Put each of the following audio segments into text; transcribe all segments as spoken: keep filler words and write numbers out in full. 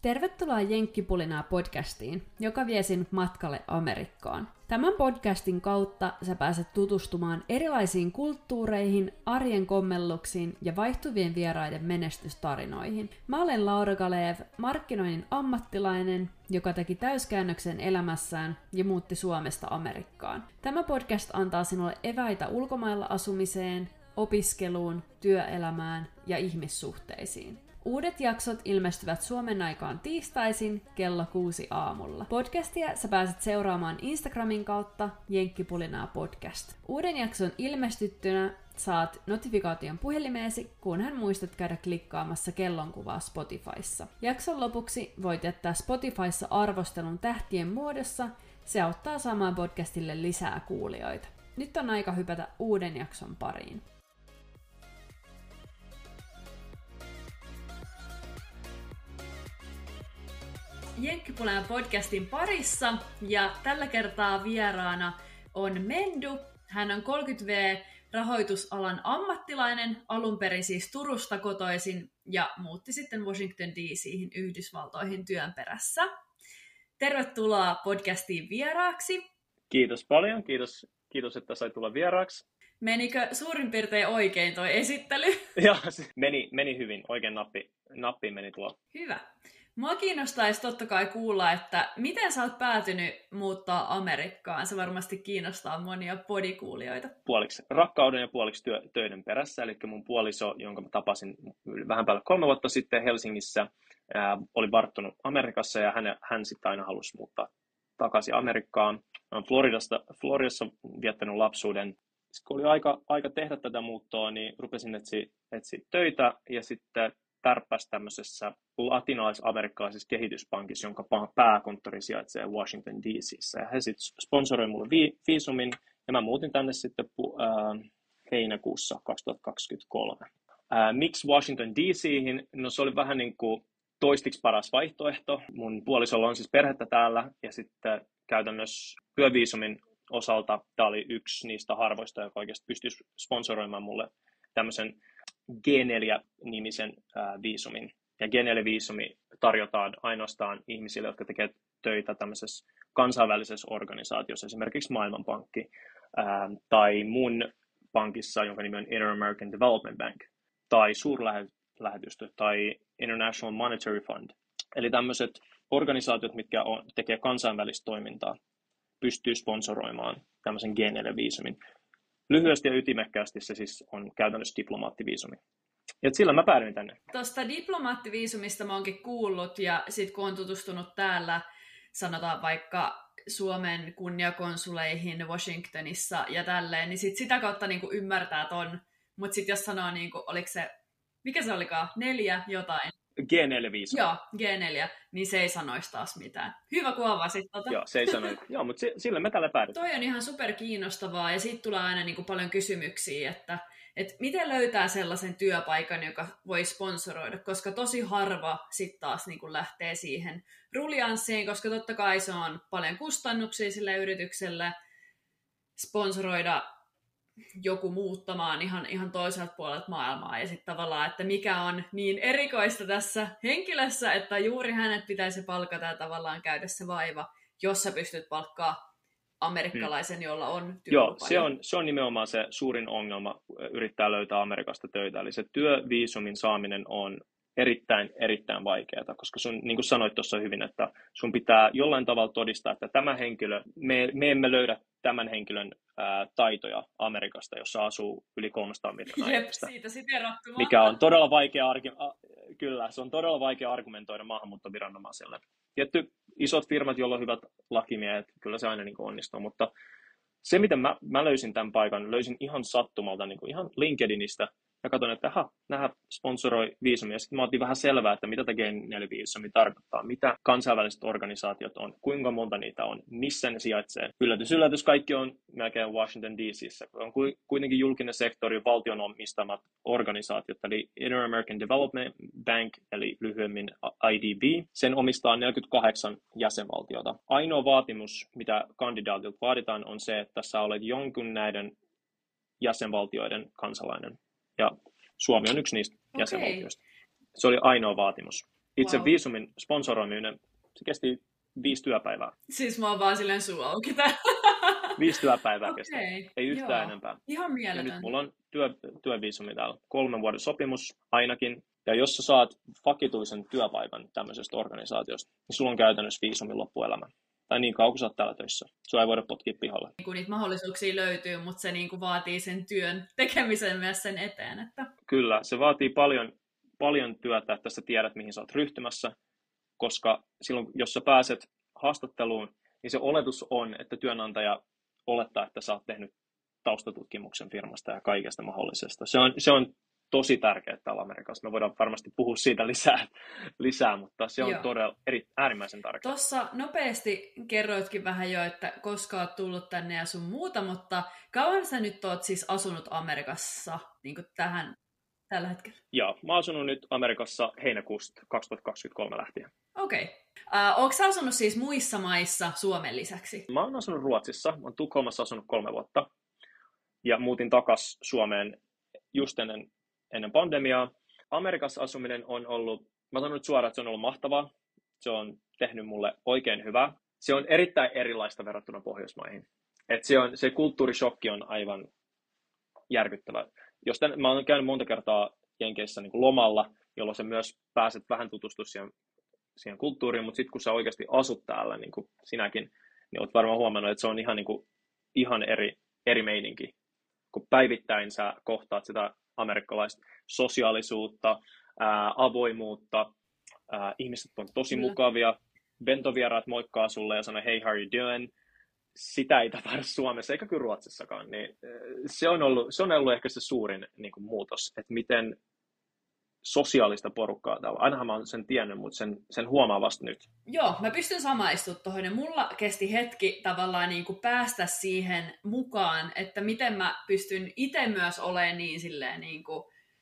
Tervetuloa Jenkkipulinaa podcastiin, joka vie sinut matkalle Amerikkaan. Tämän podcastin kautta sä pääset tutustumaan erilaisiin kulttuureihin, arjen kommelluksiin ja vaihtuvien vieraiden menestystarinoihin. Mä olen Laura Kaleev, markkinoinnin ammattilainen, joka teki täyskäännöksen elämässään ja muutti Suomesta Amerikkaan. Tämä podcast antaa sinulle eväitä ulkomailla asumiseen, opiskeluun, työelämään ja ihmissuhteisiin. Uudet jaksot ilmestyvät Suomen aikaan tiistaisin kello kuusi aamulla. Podcastia sä pääset seuraamaan Instagramin kautta Jenkkipulinaa podcast. Uuden jakson ilmestyttynä saat notifikaation puhelimeesi, kunhan muistat käydä klikkaamassa kellonkuvaa Spotifyssa. Jakson lopuksi voit jättää Spotifyssa arvostelun tähtien muodossa. Se auttaa saamaan podcastille lisää kuulijoita. Nyt on aika hypätä uuden jakson pariin. Jenkkipulinaa podcastin parissa ja tällä kertaa vieraana on Mendu. Hän on kolmekymmentä vuotias-rahoitusalan ammattilainen, alun perin siis Turusta kotoisin ja muutti sitten Washington D C:hin Yhdysvaltoihin työn perässä. Tervetuloa podcastiin vieraaksi. Kiitos paljon, kiitos, kiitos että sai tulla vieraaksi. Menikö suurin piirtein oikein toi esittely? Joo, meni, meni hyvin, oikein nappi, nappiin meni tuo. Hyvä. Mua kiinnostaisi totta kai kuulla, että miten sä oot päätynyt muuttaa Amerikkaan. Se varmasti kiinnostaa monia podikuulijoita. Puoliksi rakkauden ja puoliksi työ, töiden perässä. Eli mun puoliso, jonka mä tapasin vähän päälle kolme vuotta sitten Helsingissä, ää, oli varttunut Amerikassa ja hän, hän sitten aina halusi muuttaa takaisin Amerikkaan. Olen Floridasta, Floridassa viettänyt lapsuuden. Sitten kun oli aika, aika tehdä tätä muuttoa, niin rupesin etsiä, etsiä töitä ja sitten tärppäsi tämmöisessä latinalais-amerikkalaisessa kehityspankissa, jonka pääkonttori sijaitsee Washington D C:ssä. Ja he sitten sponsoroi mulle vi- viisumin, ja mä muutin tänne sitten pu- äh, heinäkuussa kaksituhattakaksikymmentäkolme. Äh, miksi Washington D C:hin? No se oli vähän niin kuin toistiksi paras vaihtoehto. Mun puolisolla on siis perhettä täällä, ja sitten käytännössä työviisumin osalta tämä oli yksi niistä harvoista, joka oikeasti pystyisi sponsoroimaan mulle tämmöisen G neljä-nimisen ää, viisumin. Ja G neljä-viisumi tarjotaan ainoastaan ihmisille, jotka tekevät töitä tämmöisessä kansainvälisessä organisaatiossa, esimerkiksi Maailmanpankki, ää, tai mun pankissa, jonka nimi on Inter-American Development Bank, tai suurlähetystö, tai International Monetary Fund. Eli tämmöiset organisaatiot, mitkä on, tekee kansainvälistä toimintaa, pystyy sponsoroimaan tämmöisen G neljä-viisumin. Lyhyesti ja ytimekkäästi se siis on käytännössä diplomaattiviisumi. Ja sillä mä päädyin tänne. Tuosta diplomaattiviisumista mä oonkin kuullut, ja sit kun on tutustunut täällä, sanotaan vaikka Suomen kunniakonsuleihin Washingtonissa ja tälleen, niin sit sitä kautta niinku ymmärtää ton. Mutta sitten jos sanoo, niinku, oliko se, mikä se olikaan, neljä jotain? G neljä-viisumi. Joo, G neljä, niin se ei sanoisi taas mitään. Hyvä, kun avasit tota. Joo, se ei sanoi. Joo, mutta sillä me tällä päädytään. Toi on ihan super kiinnostavaa, ja siitä tulee aina niin kuin paljon kysymyksiä, että, että miten löytää sellaisen työpaikan, joka voi sponsoroida, koska tosi harva sitten taas niin kuin lähtee siihen ruljanssiin, koska totta kai se on paljon kustannuksia sille yritykselle sponsoroida joku muuttamaan ihan, ihan toiselta puolelta maailmaa, ja sitten tavallaan, että mikä on niin erikoista tässä henkilössä, että juuri hänet pitäisi palkata ja tavallaan käydä se vaiva, jos sä pystyt palkkaa amerikkalaisen, jolla on työlupa. Joo, se on, se on nimenomaan se suurin ongelma yrittää löytää Amerikasta töitä, eli se työviisumin saaminen on erittäin, erittäin vaikeaa, koska sun, niin kuin sanoit tuossa hyvin, että sun pitää jollain tavalla todistaa, että tämä henkilö, me, me emme löydä tämän henkilön ää, taitoja Amerikasta, jossa asuu yli kolmesataa miljoonaa Jep, ihmistä, siitä siteerattuna. mikä on todella vaikea, kyllä, se on todella vaikea argumentoida maahanmuuttoviranomaiselle. Tietty isot firmat, joilla on hyvät lakimiehet, kyllä se aina niin kuin onnistuu, mutta se, miten mä, mä löysin tämän paikan, löysin ihan sattumalta, niin kuin ihan LinkedInistä, ja katsoin, että aha, nähdä sponsoroi viisumia. Sitten mä otin vähän selvää, että mitä tämä G neljä-viisumi tarkoittaa, mitä kansainväliset organisaatiot on, kuinka monta niitä on, missä ne sijaitsee. Yllätys, yllätys, kaikki on melkein Washington D C:ssä. On kuitenkin julkinen sektori, valtion omistamat organisaatiot, eli Inter-American Development Bank, eli lyhyemmin I D B. Sen omistaa neljäkymmentäkahdeksan jäsenvaltiota. Ainoa vaatimus, mitä kandidaatilta vaaditaan, on se, että sä olet jonkun näiden jäsenvaltioiden kansalainen. Ja Suomi on yksi niistä Okei. jäsenvaltioista. Se oli ainoa vaatimus. Itse Wow. viisumin sponsoroiminen, se kesti viisi työpäivää. Siis mä oon vaan silleen suu auki tää. Viisi työpäivää Okei, kestää. Ei yhtään joo. enempää. Ihan Ja mieletön. nyt mulla on työ, työviisumi täällä. Kolmen vuoden sopimus ainakin. Ja jos sä saat vakituisen työpaikan tämmöisestä organisaatiosta, niin sulla on käytännössä viisumi loppuelämän. Tai niin kauan kuin sä oot täällä töissä. Sua ei voida potkia pihalle. Niin niitä mahdollisuuksia löytyy, mutta se niin kuin vaatii sen työn tekemisen myös sen eteen. Että... Kyllä, se vaatii paljon, paljon työtä, että sä tiedät, mihin sä oot ryhtymässä. Koska silloin, jos sä pääset haastatteluun, niin se oletus on, että työnantaja olettaa, että sä oot tehnyt taustatutkimuksen firmasta ja kaikesta mahdollisesta. Se on, se on tosi tärkeää täällä Amerikassa. Me voidaan varmasti puhua siitä lisää, lisää mutta se on Joo. todella eri, äärimmäisen tärkeää. Tuossa nopeasti kerroitkin vähän jo, että koska oot tullut tänne ja sun muuta, mutta kauan sä nyt oot siis asunut Amerikassa niin kuin tähän tällä hetkellä? Joo, mä oon asunut nyt Amerikassa heinäkuusta kaksituhattakaksikymmentäkolme lähtien. Okei. Okay. Uh, Ootko sä asunut siis muissa maissa Suomen lisäksi? Mä oon asunut Ruotsissa. Mä oon Tukholmassa asunut kolme vuotta. Ja muutin takas Suomeen just ennen, ennen pandemiaa. Amerikassa asuminen on ollut, mä sanon nyt suoraan, että se on ollut mahtavaa. Se on tehnyt mulle oikein hyvää. Se on erittäin erilaista verrattuna Pohjoismaihin. Et se, on, se kulttuurishokki on aivan järkyttävä. Jos tän, mä oon käynyt monta kertaa Jenkeissä niin kuin lomalla, jolloin sä myös pääset vähän tutustumaan siihen, siihen kulttuuriin, mutta sitten kun sä oikeasti asut täällä, niin kuin sinäkin, niin oot varmaan huomannut, että se on ihan, niin kuin, ihan eri, eri meininki. Kun päivittäin sä kohtaat sitä amerikkalaista sosiaalisuutta, ää, avoimuutta, ää, ihmiset on tosi Kyllä. mukavia, bentovieraat moikkaa sulle ja sanoo, hey, how are you doing? Sitä ei tapahdu Suomessa eikä kyllä Ruotsissakaan. Niin se, on ollut, se on ollut ehkä se suurin niin kuin muutos, että miten sosiaalista porukkaa täällä. Ainahan mä oon sen tiennyt, mutta sen, sen huomaa vasta nyt. Joo, mä pystyn samaistumaan tuohon. Ja mulla kesti hetki tavallaan niin kuin päästä siihen mukaan, että miten mä pystyn itse myös olemaan niin, silleen, niin kuin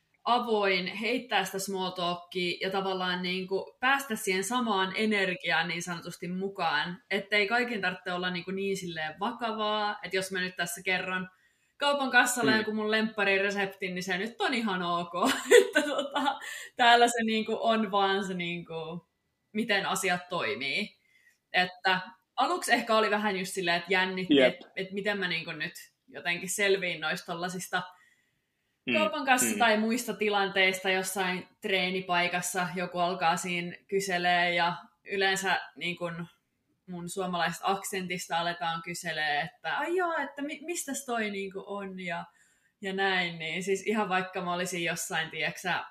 avoin, heittää sitä small talkia ja tavallaan niin kuin päästä siihen samaan energiaan niin sanotusti mukaan, ettei kaiken tarvitse olla niin, kuin niin silleen vakavaa, että jos mä nyt tässä kerron kaupan kassalla Mm. joku mun lempparireseptin, niin se nyt on ihan ok, että tota, täällä se niin kuin on vaan se, niin kuin, miten asiat toimii. Että aluksi ehkä oli vähän just silleen, että jännitti, Jep. että, että miten mä niin kuin nyt jotenkin selviin noista tollasista Mm, kaupan kanssa mm. tai muista tilanteista jossain treenipaikassa joku alkaa siinä kyselee ja yleensä niin kun mun suomalaisesta aksentista aletaan kyselee, että ai joo, että mi- mistäs toi niin kun on ja, ja näin, niin siis ihan vaikka mä olisin jossain, tiedäksä,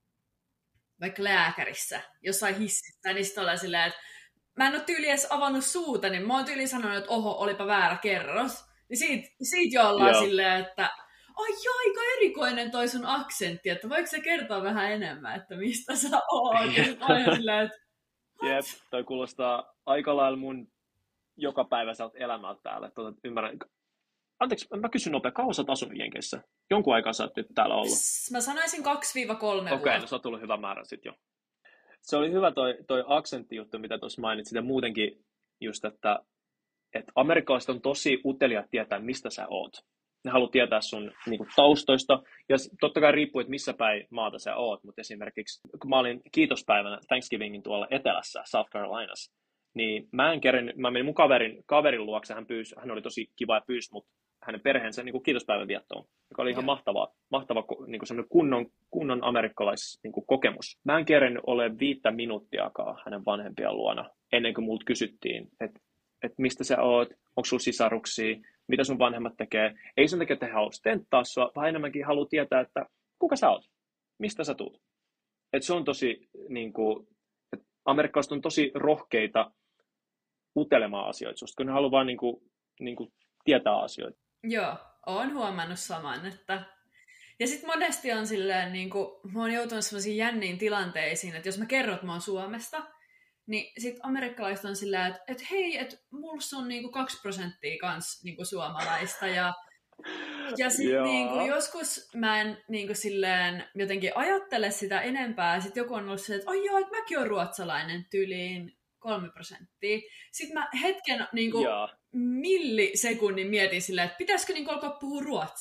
vaikka lääkärissä, jossain hississä, niin sitten olen silleen, että mä en ole tyyli edes avannut suuta, niin mä oon tyyli sanonut, että oho, olipa väärä kerros. Niin siitä, siitä jo ollaan Joo. silleen, että ai joo, aika erikoinen toi sun aksentti, että voiko sä kertoa vähän enemmän, että mistä sä oot? Ja sit mä oon ihan silleen, että Jep, toi kuulostaa aika lailla mun jokapäiväiseltä elämältä täällä. Tuota, ymmärrän. Anteeksi, mä kysyn nopea, kauan sä oot asunut Jenkeissä? Jonkun aikaa sä oot nyt täällä ollut. mä sanoisin kaksi kolme Okei, okay, no vuotta. sä oot tullut hyvä määrä sit jo. Se oli hyvä toi, toi aksenttijuttu, mitä tuossa mainitsit, ja muutenkin just, että, että amerikkalaiset on tosi uteliaat tietää, mistä sä oot. Ne haluaa tietää sun niin kuin, taustoista, ja s- totta kai riippuu, että missä päin maata sä oot, mutta esimerkiksi kun mä olin kiitospäivänä Thanksgivingin tuolla etelässä, South Carolinassa, niin mä en kerennyt, mä menin mun kaverin, kaverin luokse, hän pyysi, hän oli tosi kiva ja pyysi mut hänen perheensä niin kuin kiitospäivän viettoon, joka oli ihan Joo. mahtavaa, mahtava niin kuin semmoinen kunnon, kunnon amerikkalais niin kuin kokemus. Mä en kerennyt ole viittä minuuttiakaan hänen vanhempien luona, ennen kuin multa kysyttiin, että et mistä sä oot, onko sulla sisaruksia, mitä sun vanhemmat tekee. Ei sen takia, että he haluaisi tenttaa sua, vaan enemmänkin haluaa tietää, että kuka sä oot, mistä sä tuut. Et se on tosi, niin kuin, että amerikkalaiset on tosi rohkeita utelemaan asioita susta, kun ne haluaa vaan niin kuin, niin kuin tietää asioita. Joo, oon huomannut saman, että ja sitten monesti on silleen, niin kuin, mä oon joutunut sellaisiin jänniin tilanteisiin, että jos mä kerron, että mä oon Suomesta, niin sitten amerikkalaiset on silleen, että, että hei, että mulla on niinku kaksi prosenttia kans niinku suomalaista. Ja, ja sitten Joo. niinku, joskus mä en niinku silleen jotenkin ajattele sitä enempää. Sitten joku on ollut silleen, että ai joo, että mäkin oon ruotsalainen tyyliin kolme prosenttia. Sitten mä hetken niinku Joo. millisekunnin mietin silleen, että pitäisikö niinku alkaa puhua ruotsia.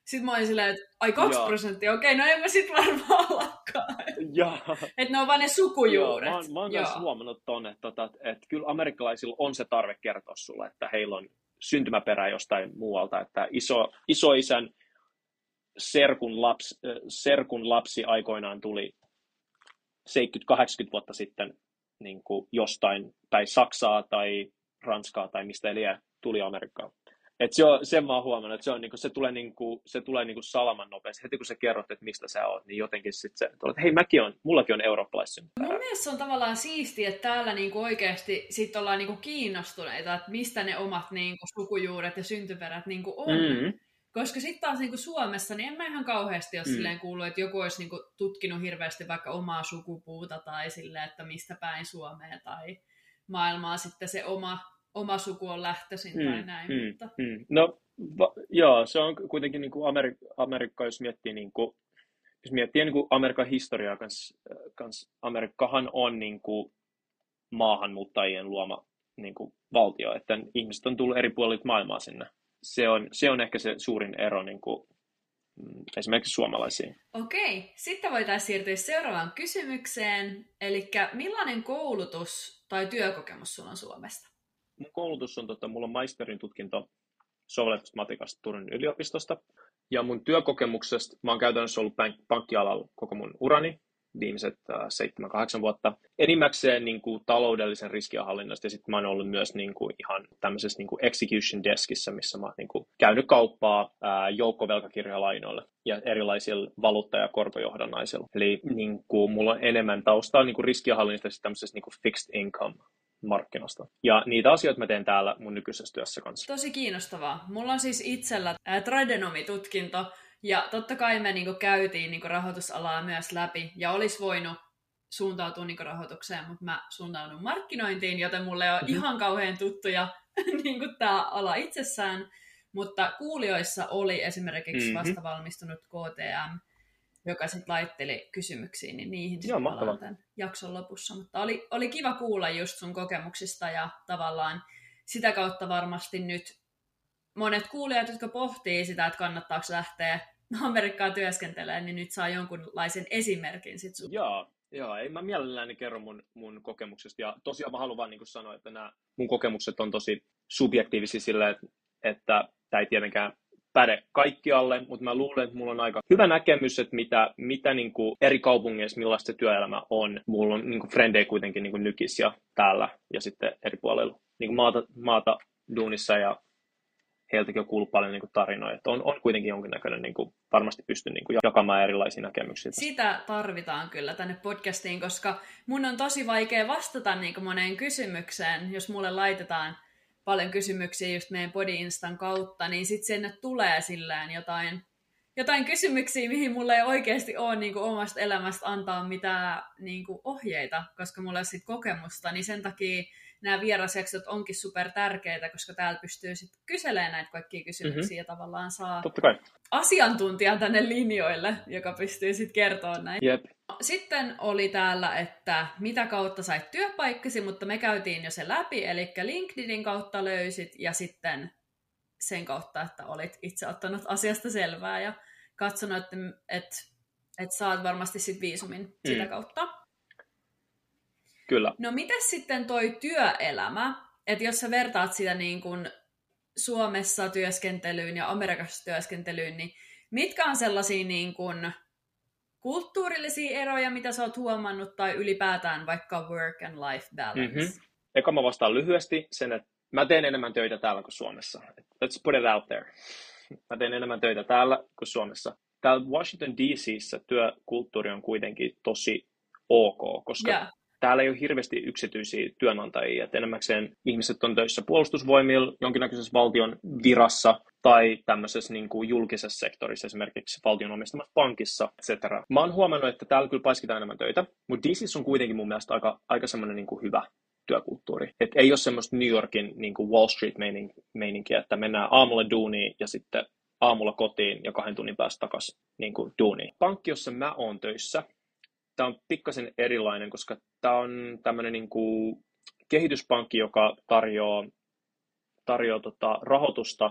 Sitten mä olin silleen, että ai kaksi prosenttia, okei, no en mä sit varmaan alakaan. Että ne on vaan ne sukujuuret. Joo, mä oon, mä oon myös huomannut ton, että, että, että kyllä amerikkalaisilla on se tarve kertoa sulle, että heillä on syntymäperä jostain muualta, että iso, isoisän serkun lapsi, serkun lapsi aikoinaan tuli seitsemänkymmentä kahdeksankymmentä vuotta sitten niin kuin jostain, tai Saksaa tai Ranskaa tai mistä eli tuli Amerikkaan. Et se on, sen mä oon huomannut, että se, on, niin kuin, se tulee, niin kuin, se tulee niin kuin salaman nopeasti. Heti kun sä kerrot, että mistä sä oot, niin jotenkin sitten se, että hei, mäkin on, mullakin on eurooppalaissyntyperä. Mun mielestä se on tavallaan siistiä, että täällä niin kuin oikeasti sit ollaan niin kuin kiinnostuneita, että mistä ne omat niin kuin sukujuuret ja syntyperät niin kuin on. Mm-hmm. Koska sitten taas niin kuin Suomessa, niin en mä ihan kauheasti ole mm. silleen kuullut, että joku olisi niin kuin tutkinut hirveästi vaikka omaa sukupuuta tai silleen, että mistä päin Suomea tai maailmaa sitten se oma, oma suku on lähtöisin mm. tai näin. Mm. Mutta... Mm. No va- joo, se on kuitenkin niin kuin Amerik- Amerikka, jos miettii, niin kuin, jos miettii niin kuin Amerikan historiaa kanssa, kans Amerikkahan on niin kuin maahanmuuttajien luoma niin kuin valtio, että ihmiset on tullut eri puolilta maailmaa sinne. Se on, se on ehkä se suurin ero niin kuin, esimerkiksi suomalaisiin. Okei, sitten voitaisiin siirtyä seuraavaan kysymykseen. Eli millainen koulutus tai työkokemus sulla on Suomesta? Mun koulutus on, tota, mulla on maisterin tutkinto sovelletusta matikasta Turun yliopistosta. Ja mun työkokemuksesta, mä oon käytännössä ollut pank- pankkialalla koko mun urani, viimeiset seitsemän kahdeksan vuotta. Enimmäkseen niin kuin, taloudellisen riskienhallinnasta, ja sitten mä oon ollut myös niin kuin, ihan tämmöisessä niin kuin execution deskissä, missä mä oon niin kuin, käynyt kauppaa ää, joukkovelkakirjalainoille ja erilaisilla valuutta- ja korkojohdannaisilla. Eli niin kuin, mulla on enemmän taustaa niin kuin riskienhallinnasta ja tämmöisestä niin kuin fixed income markkinasta. Ja niitä asioita mä teen täällä mun nykyisessä työssä kanssa. Tosi kiinnostavaa. Mulla on siis itsellä ää, tradenomitutkinto, ja totta kai me niinku käytiin niinku rahoitusalaa myös läpi, ja olisi voinut suuntautua niinku rahoitukseen, mutta mä suuntaudun markkinointiin, joten mulle ei ole mm-hmm. ihan kauhean tuttuja niinku tämä ala itsessään, mutta kuulijoissa oli esimerkiksi mm-hmm. vasta valmistunut K T M, joka sitten laitteli kysymyksiin, niin niihin sitten palaan tämän jakson lopussa. Mutta oli, oli kiva kuulla just sun kokemuksista, ja tavallaan sitä kautta varmasti nyt monet kuulijat, jotka pohtii sitä, että kannattaako lähteä Amerikkaan työskentelemään, niin nyt saa jonkunlaisen esimerkin sit sun. Joo, joo, ei mä mielelläni kerro mun, mun kokemuksesta. Ja tosiaan mä haluan vaan niin kuin sanoa, että nämä mun kokemukset on tosi subjektiivisia sillä, että, että tämä ei tietenkään päde kaikkialle, mutta mä luulen, että mulla on aika hyvä näkemys, että mitä, mitä niin kuin eri kaupungeissa, millaista se työelämä on. Mulla on niin kuin frendejä kuitenkin niin kuin nykis ja täällä ja sitten eri puolilla niin kuin maata, maata duunissa, ja heiltäkin on kuullut paljon niin kuin tarinoja, että on, on kuitenkin jonkinnäköinen, niin kuin, varmasti pysty niin kuin jakamaan erilaisia näkemyksiä. Sitä tarvitaan kyllä tänne podcastiin, koska mun on tosi vaikea vastata niin kuin moneen kysymykseen, jos mulle laitetaan paljon kysymyksiä just meidän Podi-instan kautta, niin sitten sinne tulee silleen jotain, jotain kysymyksiä, mihin mulla ei oikeasti ole niin kuin omasta elämästä antaa mitään niin kuin ohjeita, koska mulla ei ole sit kokemusta, niin sen takia nämä vierasjaksot onkin super tärkeitä, koska täällä pystyy sitten kyselemään näitä kaikkia kysymyksiä mm-hmm. ja tavallaan saa asiantuntijan tänne linjoille, joka pystyy sitten kertoa näin. Yep. Sitten oli täällä, että mitä kautta sait työpaikkasi, mutta me käytiin jo se läpi, eli LinkedInin kautta löysit ja sitten sen kautta, että olit itse ottanut asiasta selvää ja katsonut, että, että, että saat varmasti sitten viisumin mm. sitä kautta. Kyllä. No mites sitten toi työelämä, että jos sä vertaat sitä niin kuin Suomessa työskentelyyn ja Amerikassa työskentelyyn, niin mitkä on sellaisia niin kuin kulttuurillisia eroja, mitä sä oot huomannut, tai ylipäätään vaikka work and life balance? Mm-hmm. Eka mä vastaan lyhyesti sen, että mä teen enemmän töitä täällä kuin Suomessa. Let's put it out there. Mä teen enemmän töitä täällä kuin Suomessa. Täällä Washington D C:ssä työkulttuuri on kuitenkin tosi ok, koska yeah. täällä ei ole hirveästi yksityisiä työnantajia. Et enemmäkseen ihmiset on töissä puolustusvoimilla, jonkinnäköisessä valtion virassa tai tämmöisessä niin kuin julkisessa sektorissa, esimerkiksi valtion omistamassa pankissa, et cetera. Mä oon huomannut, että täällä kyllä paiskitaan enemmän töitä, mutta D C:ssä on kuitenkin mun mielestä aika, aika semmoinen niin kuin hyvä työkulttuuri. Et ei ole semmoista New Yorkin niin kuin Wall Street-meininkiä, että mennään aamulla duuniin ja sitten aamulla kotiin ja kahden tunnin päästä takaisin niin kuin duuniin. Pankki, jossa mä oon töissä, tämä on pikkasen erilainen, koska tämä on tämmöinen niin kuin kehityspankki, joka tarjoaa, tarjoaa tota rahoitusta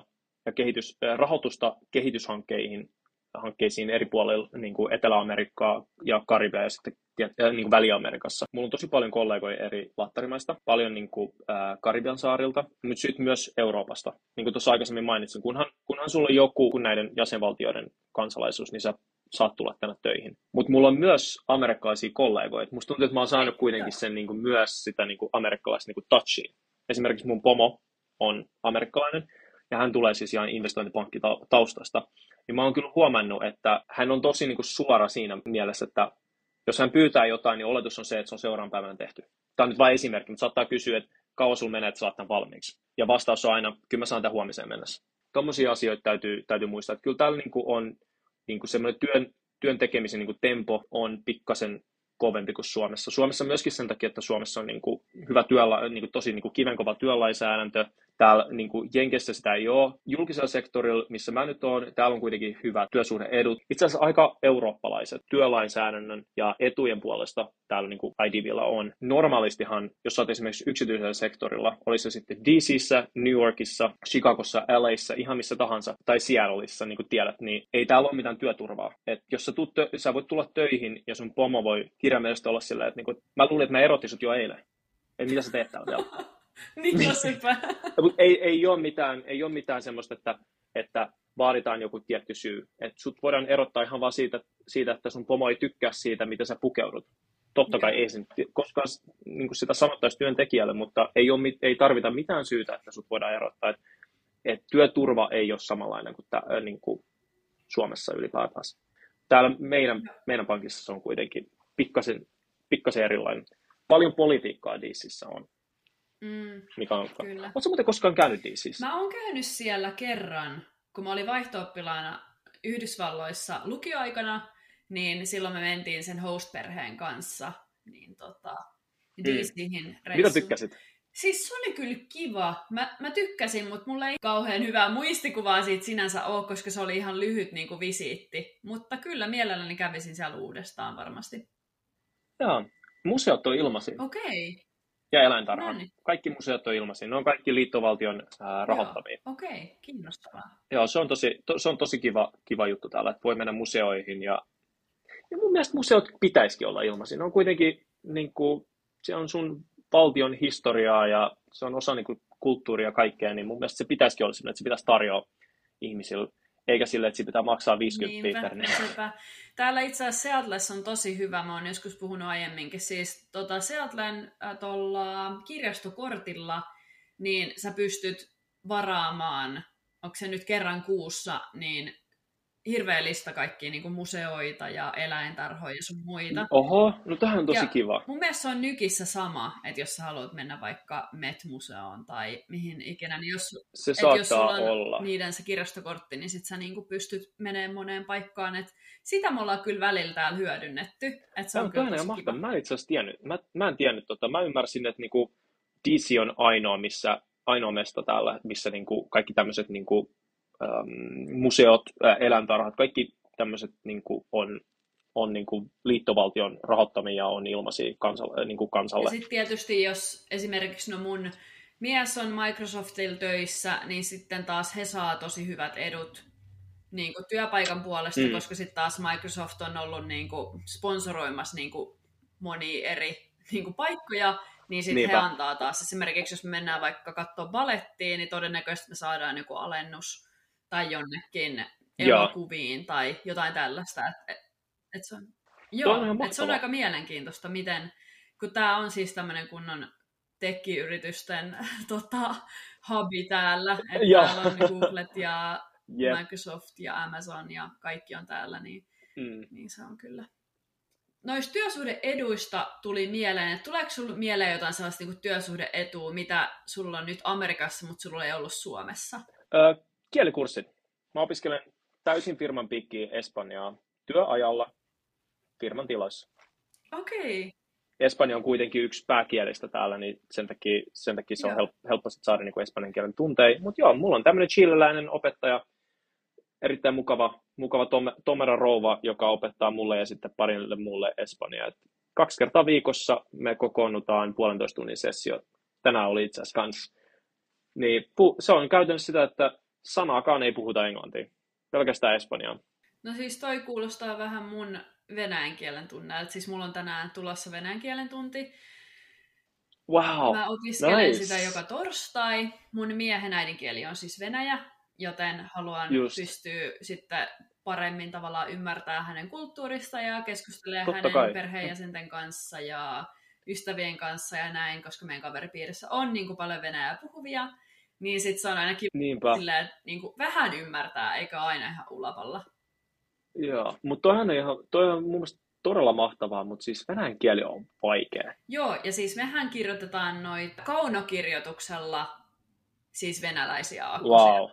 ja kehitys, rahoitusta kehityshankkeihin hankkeisiin eri puolilla, niin kuin Etelä-Amerikkaa ja Karibia ja sitten niin kuin Väli-Amerikassa. Mulla on tosi paljon kollegoja eri lattarimaista, paljon niin kuin, ää, Karibian saarilta, mutta sitten myös Euroopasta. Niin kuin tuossa aikaisemmin mainitsin, kunhan, kunhan sulla on joku näiden jäsenvaltioiden kansalaisuus, niin sä saat tulla tänne töihin. Mutta mulla on myös amerikkalaisia kollegoja. Musta tuntuu, että mä oon saanut kuitenkin sen niin kuin, myös sitä niin kuin amerikkalaista niin kuin touchia. Esimerkiksi mun pomo on amerikkalainen, ja hän tulee siis ihan investointipankkitaustasta. Niin mä oon kyllä huomannut, että hän on tosi niin kuin suora siinä mielessä, että jos hän pyytää jotain, niin oletus on se, että se on seuraavan päivänä tehty. Tämä on nyt vain esimerkki, mutta saattaa kysyä, että kauan sulla menee, että saat tämän valmiiksi. Ja vastaus on aina, kyllä mä saan tämän huomiseen mennessä. Tuommoisia asioita täytyy, täytyy muistaa, että kyllä täällä niin kuin on niin kuin semmoinen työn, työn tekemisen niin kuin tempo on pikkasen kovempi kuin Suomessa. Suomessa myöskin sen takia, että Suomessa on niin kuin hyvä työla, niin kuin tosi niin kuin kivenkova työlainsäädäntö. Täällä niin kuin Jenkeissä sitä ei ole. Julkisella sektorilla, missä mä nyt oon, täällä on kuitenkin hyvät työsuhde-edut. Itse asiassa aika eurooppalaiset työlainsäädännön ja etujen puolesta täällä niin kuin I D V:llä on. Normaalistihan, jos sä oot esimerkiksi yksityisellä sektorilla, oli se sitten D C:ssä, New Yorkissa, Chicagossa, L A:ssä, ihan missä tahansa, tai Seattleissa, niin kuin tiedät, niin ei täällä ole mitään työturvaa. Et jos sä, tuut, sä voit tulla töihin ja sun pomo voi kirjaimellisesti olla silleen, että niin kuin, mä luulin, että mä erotin sut jo eilen. Ei, mitä sä teet täällä? Niin sepä. ei, ei, ole mitään, ei ole mitään semmoista, että, että vaaditaan joku tietty syy. Et sut voidaan erottaa ihan vaan siitä, siitä, että sun pomo ei tykkää siitä, mitä sä pukeudut. Totta kai ei sen koskaan niin sitä sanottaisi työntekijälle, mutta ei, ole, ei tarvita mitään syytä, että sut voidaan erottaa. Et, et työturva ei ole samanlainen kuin, tää, niin kuin Suomessa ylipäätään. Täällä meidän, meidän pankissa se on kuitenkin pikkasen, pikkasen erilainen. Paljon politiikkaa D C:ssä on. Mm, mikä on. kyllä. Oletko muuten koskaan käynyt D C:ssä? Mä oon käynyt siellä kerran, kun mä olin vaihto-oppilaana Yhdysvalloissa lukioaikana, niin silloin me mentiin sen host-perheen kanssa niin tota, D C:hin mm. reissuun. Mitä tykkäsit? Siis se oli kyllä kiva. Mä, mä tykkäsin, mutta mulla ei kauhean hyvää muistikuvaa siitä sinänsä ole, koska se oli ihan lyhyt niin kuin visiitti. Mutta kyllä mielelläni kävisin siellä uudestaan varmasti. Joo. Museot on ilmaisin. Okei. Okay. Ja eläintarhat. Noniin. Kaikki museot on ilmaisin. Ne on kaikki liittovaltion ää, rahoittamia. Okei, okay. Kiinnostavaa. Joo, se on tosi, to, se on tosi kiva, kiva juttu täällä, että voi mennä museoihin. Ja, ja mun mielestä museot pitäisikin olla ilmaisin. Ne on kuitenkin, niin kuin, se on sun valtion historiaa ja se on osa niin kuin, kulttuuria ja kaikkea, niin mun mielestä se pitäisikin olla sillä, että se pitäisi tarjoa ihmisille. Eikä sille, että siitä pitää maksaa viisikymmentä per Niinpä. Täällä itse asiassa Seattleissa on tosi hyvä, mä oon joskus puhunut aiemminkin, siis tota Seattlen äh, tuolla kirjastokortilla, niin sä pystyt varaamaan, onko se nyt kerran kuussa, niin hirveä lista kaikkia niin kuin museoita ja eläintarhoja ja sun muita. Oho, no tämähän on tosi ja kiva. Mun mielestä se on Nykissä sama, että jos sä haluat mennä vaikka Met-museoon tai mihin ikinä, niin jos, se että jos sulla on olla. niiden se kirjastokortti, niin sit sä niinku pystyt menemään moneen paikkaan. Et sitä me ollaan kyllä välillä täällä hyödynnetty. Et se Tämä on on kyllä tosi tosi kiva. kiva. Mä en itse asiassa tiennyt. Mä, mä en tiennyt tota. Mä ymmärsin, että niinku D C on ainoa, missä, ainoa mesta täällä, missä niinku kaikki tämmöiset niinku, ähm, museot, äh, eläintarhat, kaikki tämmöiset niinku on, on niinku liittovaltion rahoittamia ja on ilmaisia kansalle. Niinku kansalle. Ja sitten tietysti, jos esimerkiksi no mun mies on Microsoftilla töissä, niin sitten taas he saa tosi hyvät edut niin kuin työpaikan puolesta, mm. koska sitten taas Microsoft on ollut niin kuin sponsoroimassa niin kuin monia eri niin kuin paikkoja, niin sitten he antaa taas. Esimerkiksi jos me mennään vaikka katsoa balettiin, niin todennäköisesti me saadaan joku alennus tai jonnekin elokuviin Joo. tai jotain tällaista. Et, et, et se on, joo, on et se on aika mielenkiintoista, miten, kun tämä on siis tämmöinen kunnon tekkiyritysten tota, hubi täällä, että täällä on Googlet ja yep. Microsoft ja Amazon ja kaikki on täällä, niin, mm. niin se on kyllä. Noista työsuhde-eduista tuli mieleen, että tuleeko sinulle mieleen jotain sellaista niin kuin työsuhde-etua, mitä sulla on nyt Amerikassa, mutta sulla ei ollut Suomessa? Ö, kielikurssit. Mä opiskelen täysin firman piikkiin Espanjaa työajalla firman tiloissa. Okei. Okay. Espanja on kuitenkin yksi pääkielistä täällä, niin sen takia, sen takia se on help, helppo saada niin kuin espanjan kielen tunteja. Mutta joo, mulla on tämmöinen chileläinen opettaja, erittäin mukava, mukava Tom, Tomera rouva, joka opettaa mulle ja sitten parille muulle espanjaa. Et kaksi kertaa viikossa me kokoonnutaan puolentoista tunnin sessio. Tänään oli itse asiassa kans. Niin, se on käytännössä sitä, että sanaakaan ei puhuta englantia, pelkästään espanjaa. No siis toi kuulostaa vähän mun venäjän kielen tunnelta. Siis mulla on tänään tulossa venäjän kielen tunti. Wow, Mä opiskelen nice. sitä joka torstai. Mun miehen äidinkieli on siis venäjä, joten haluan Just. pystyä sitten paremmin tavallaan ymmärtää hänen kulttuurista ja keskustelemaan Totta hänen kai. perheenjäsenten kanssa ja ystävien kanssa ja näin, koska meidän kaveripiirissä on niin kuin paljon venäjää puhuvia. Niin sit se on aina kiva silleen, että niin kuin vähän ymmärtää, eikä aina ihan ulapalla. Joo, mutta toihan on ihan, toi on mun mielestä todella mahtavaa, mutta siis venäjän kieli on vaikea. Joo, ja siis mehän kirjoitetaan noita kaunokirjoituksella siis venäläisiä akkusia. Wow.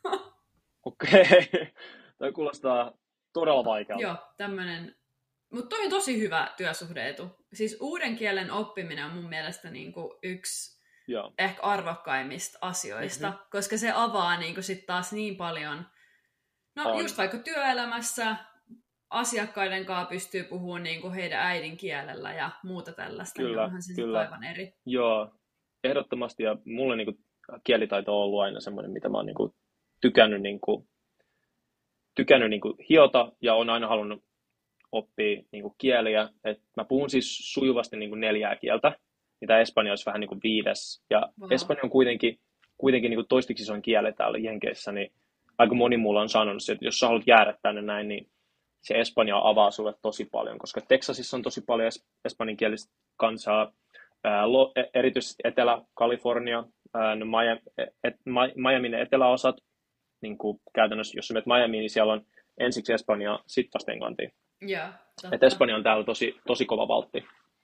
Okei, okay. Toi kuulostaa todella vaikealta. Joo, tämmönen. Mutta toi on tosi hyvä työsuhdeetu. Siis uuden kielen oppiminen on mun mielestä niinku yksi Joo. ehkä arvokkaimmista asioista, Mm-hmm. koska se avaa niinku sit taas niin paljon, no on. just vaikka työelämässä asiakkaiden kanssa pystyy puhumaan niinku heidän äidinkielellä ja muuta tällaista, kyllä, niin onhan se sitten aivan eri. Joo, ehdottomasti, ja mulle niinku kielitaito on ollut aina semmoinen, mitä mä oon niinku tykännyt, niinku, tykännyt niinku hiota, ja on aina halunnut oppia niinku kieliä. Et mä puhun siis sujuvasti niinku neljää kieltä, mitä Espanja olisi vähän niinku viides, ja wow. Espanja on kuitenkin, kuitenkin niinku toistiksi isoin kieli täällä Jenkeissä, niin aika moni mulla on sanonut, että jos sä haluat jäädä tänne näin, niin se Espanja avaa sulle tosi paljon, koska Teksasissa on tosi paljon es- espanjankielistä kansaa, ää, lo- erityisesti Etelä-Kalifornia, ää, no Miami, et, Miamin eteläosat, niin kuin käytännössä, jos sä menet Miamiin, niin siellä on ensiksi Espanjaa, sitten vasta englantia. Joo, Et Espanja on täällä tosi, tosi kova valtti.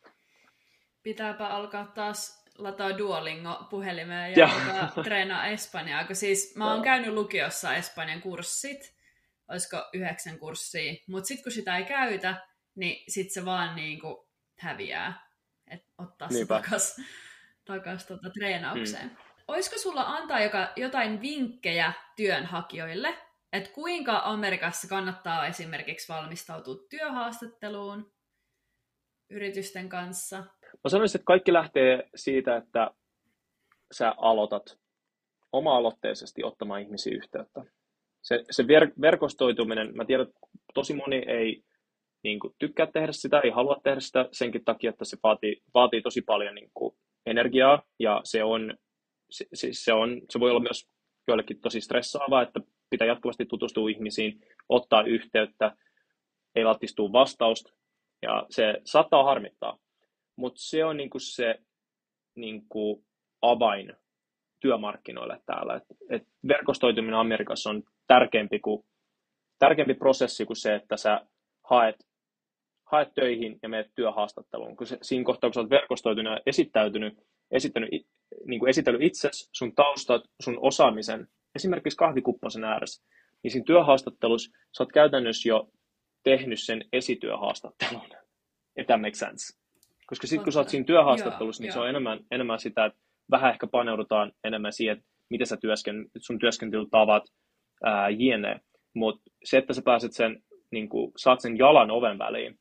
Pitääpä alkaa taas lataa Duolingo puhelimeen ja treenaa espanjaa, kun siis mä oon käynyt lukiossa espanjan kurssit, olisiko yhdeksän kurssia, mutta sitten kun sitä ei käytä, niin sitten se vaan niinku häviää, että ottaa se takas, takas tota treenaukseen. Mm. Olisiko sulla antaa joka, jotain vinkkejä työnhakijoille, että kuinka Amerikassa kannattaa esimerkiksi valmistautua työhaastatteluun yritysten kanssa? Mä sanoisin, että kaikki lähtee siitä, että sä aloitat oma-aloitteisesti ottamaan ihmisiä yhteyttä. Se, se ver- verkostoituminen, mä tiedän, että tosi moni ei niin kuin, tykkää tehdä sitä, ei halua tehdä sitä senkin takia, että se vaatii, vaatii tosi paljon niin kuin, energiaa, ja se, on, se, se, se, on, se voi olla myös joillekin tosi stressaavaa, että pitää jatkuvasti tutustua ihmisiin, ottaa yhteyttä, ei lattistua vastausta, ja se saattaa harmittaa, mutta se on niin kuin, se niin kuin, avain työmarkkinoille täällä. Et, et verkostoituminen Amerikassa on tärkeämpi, kuin, tärkeämpi prosessi kuin se, että sä haet, haet töihin ja menet työhaastatteluun. Kun se, siinä kohtaa, kun sä oot verkostoitunut ja esittäytynyt, esittänyt, niin kuin esitellyt itsesi, sun taustat, sun osaamisen, esimerkiksi kahvikupposen ääressä, niin siinä työhaastattelussa sä oot käytännössä jo tehnyt sen esityöhaastattelun. If that makes sense. Koska sitten kun sä oot siinä työhaastattelussa, joo, niin joo. Se on enemmän, enemmän sitä, että vähän ehkä paneudutaan enemmän siihen, että miten sä työsken, sun työskentelytavat, ää, jne. Mutta se, että sä pääset sen, niin kun, saat sen jalan oven väliin,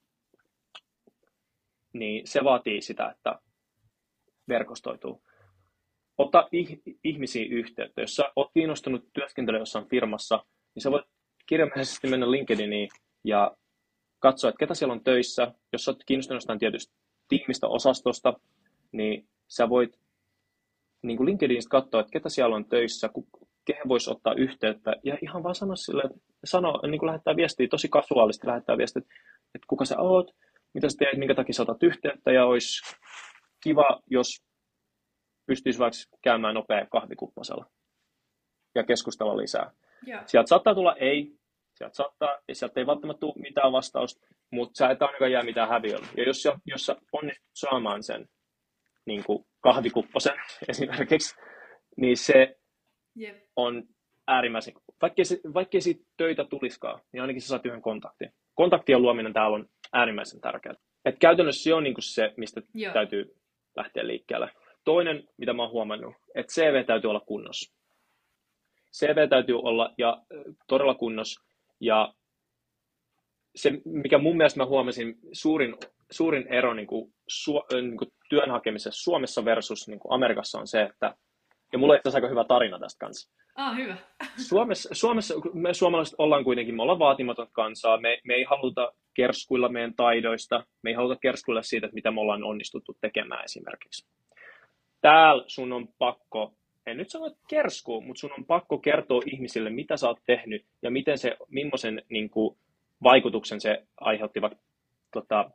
niin se vaatii sitä, että verkostoituu. Ota ih- ihmisiä yhteyttä. Jos sä oot kiinnostunut työskentelyä jossain firmassa, niin sä voit kirjaimellisesti mennä LinkedIniin ja katsoa, että ketä siellä on töissä. Jos sä oot kiinnostunut jostain tietystä tiimistä, osastosta, niin sä voit niin kuin LinkedInistä katsoa, että ketä siellä on töissä, kehen voisi ottaa yhteyttä, ja ihan vaan sanoa sille, että sano, niin kuin lähettää viestiä, tosi kasuaalisti lähettää viestiä, että kuka sä oot, mitä sä teet, minkä takia sä otat yhteyttä, ja olisi kiva, jos pystyisi vaikka käymään nopea kahvikuppasella ja keskustella lisää. Yeah. Sieltä saattaa tulla ei, sieltä, saattaa, sieltä ei välttämättä tule mitään vastausta, mutta sä et ainakaan jää mitään häviöllä. Ja jos, jos sä onnistut saamaan sen niin kuin kahvikupposen esimerkiksi, niin se yep. on äärimmäisen, vaikkei, se, vaikkei siitä töitä tulisikaan, niin ainakin sä saat yhden kontaktin. Kontaktien luominen täällä on äärimmäisen tärkeää. Et käytännössä se on niin kuin se, mistä Joo. täytyy lähteä liikkeelle. Toinen, mitä mä oon huomannut, että C V täytyy olla kunnossa. C V täytyy olla ja todella kunnossa, ja se, mikä mun mielestä mä huomasin, suurin, suurin ero niin kuin, su, niin kuin työn hakemisessa Suomessa versus niin kuin Amerikassa on se, että, ja mulla on itse asiassa aika hyvä tarina tästä kanssa, Ah, hyvä. Suomessa, Suomessa me suomalaiset ollaan kuitenkin, me ollaan vaatimaton kansaa, me, me ei haluta kerskuilla meidän taidoista, me ei haluta kerskuilla siitä, että mitä me ollaan onnistuttu tekemään esimerkiksi. Täällä sun on pakko, en nyt sano, että kerskuu, mutta sun on pakko kertoa ihmisille, mitä sä oot tehnyt ja miten se, millaisen niin kuin, vaikutuksen se aiheutti vaikka tota,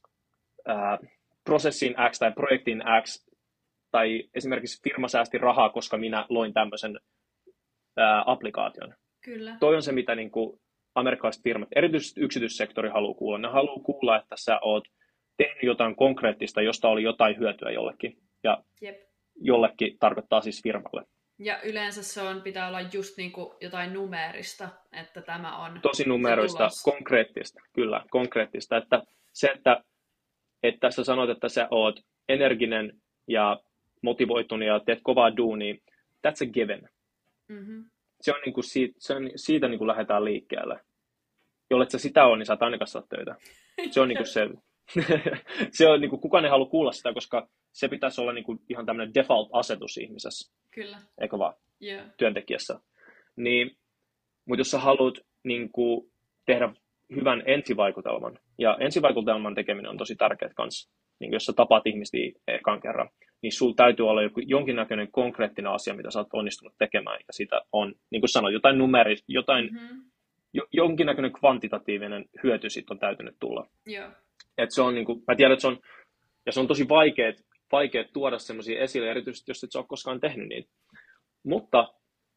ää, prosessiin X tai projektiin X, tai esimerkiksi firma säästi rahaa, koska minä loin tämmöisen ää, applikaation. Kyllä. Toi on se, mitä niin kuin, amerikkalaiset firmat, erityisesti yksityissektori haluaa kuulla. Ne haluaa kuulla, että sä oot tehnyt jotain konkreettista, josta oli jotain hyötyä jollekin. Ja Jep. jollekin tarkoittaa siis firmalle. Ja yleensä se on, pitää olla just niinku jotain numeerista, että tämä on tosi numeroista, konkreettista, kyllä, konkreettista. Että se, että, että sä sanot, että sä oot energinen ja motivoitunut ja teet kovaa duunia, that's a given. Mm-hmm. Se on, niin kuin siitä, se on siitä niin kuin lähdetään liikkeelle. Jollet sä sitä on, niin sä et ainakaan saa töitä. Se on niin kuin se, se on niin kuin, kukaan ei halua kuulla sitä, koska se pitäisi olla niin kuin ihan tämmöinen default-asetus ihmisessä. Kyllä. Eikö vaan? Yeah. Työntekijässä. Niin, mutta jos sä haluat niin kuin, tehdä hyvän ensivaikutelman, ja ensivaikutelman tekeminen on tosi tärkeää kanssa, niin jos sä tapaat ihmistä ekan kerran, niin sulla täytyy olla joku, jonkinnäköinen konkreettinen asia, mitä sä oot onnistunut tekemään, ja siitä on, niin kuin sanoin, jotain numerista, jotain, Mm-hmm. jo, jonkinnäköinen kvantitatiivinen hyöty siitä on täytynyt tulla. Yeah. Et se on, niin kuin, mä tiedän, että se on, ja se on tosi vaikeet, vaikeet tuoda semmoisia esille, erityisesti jos et sä ole koskaan tehnyt niitä. Mutta,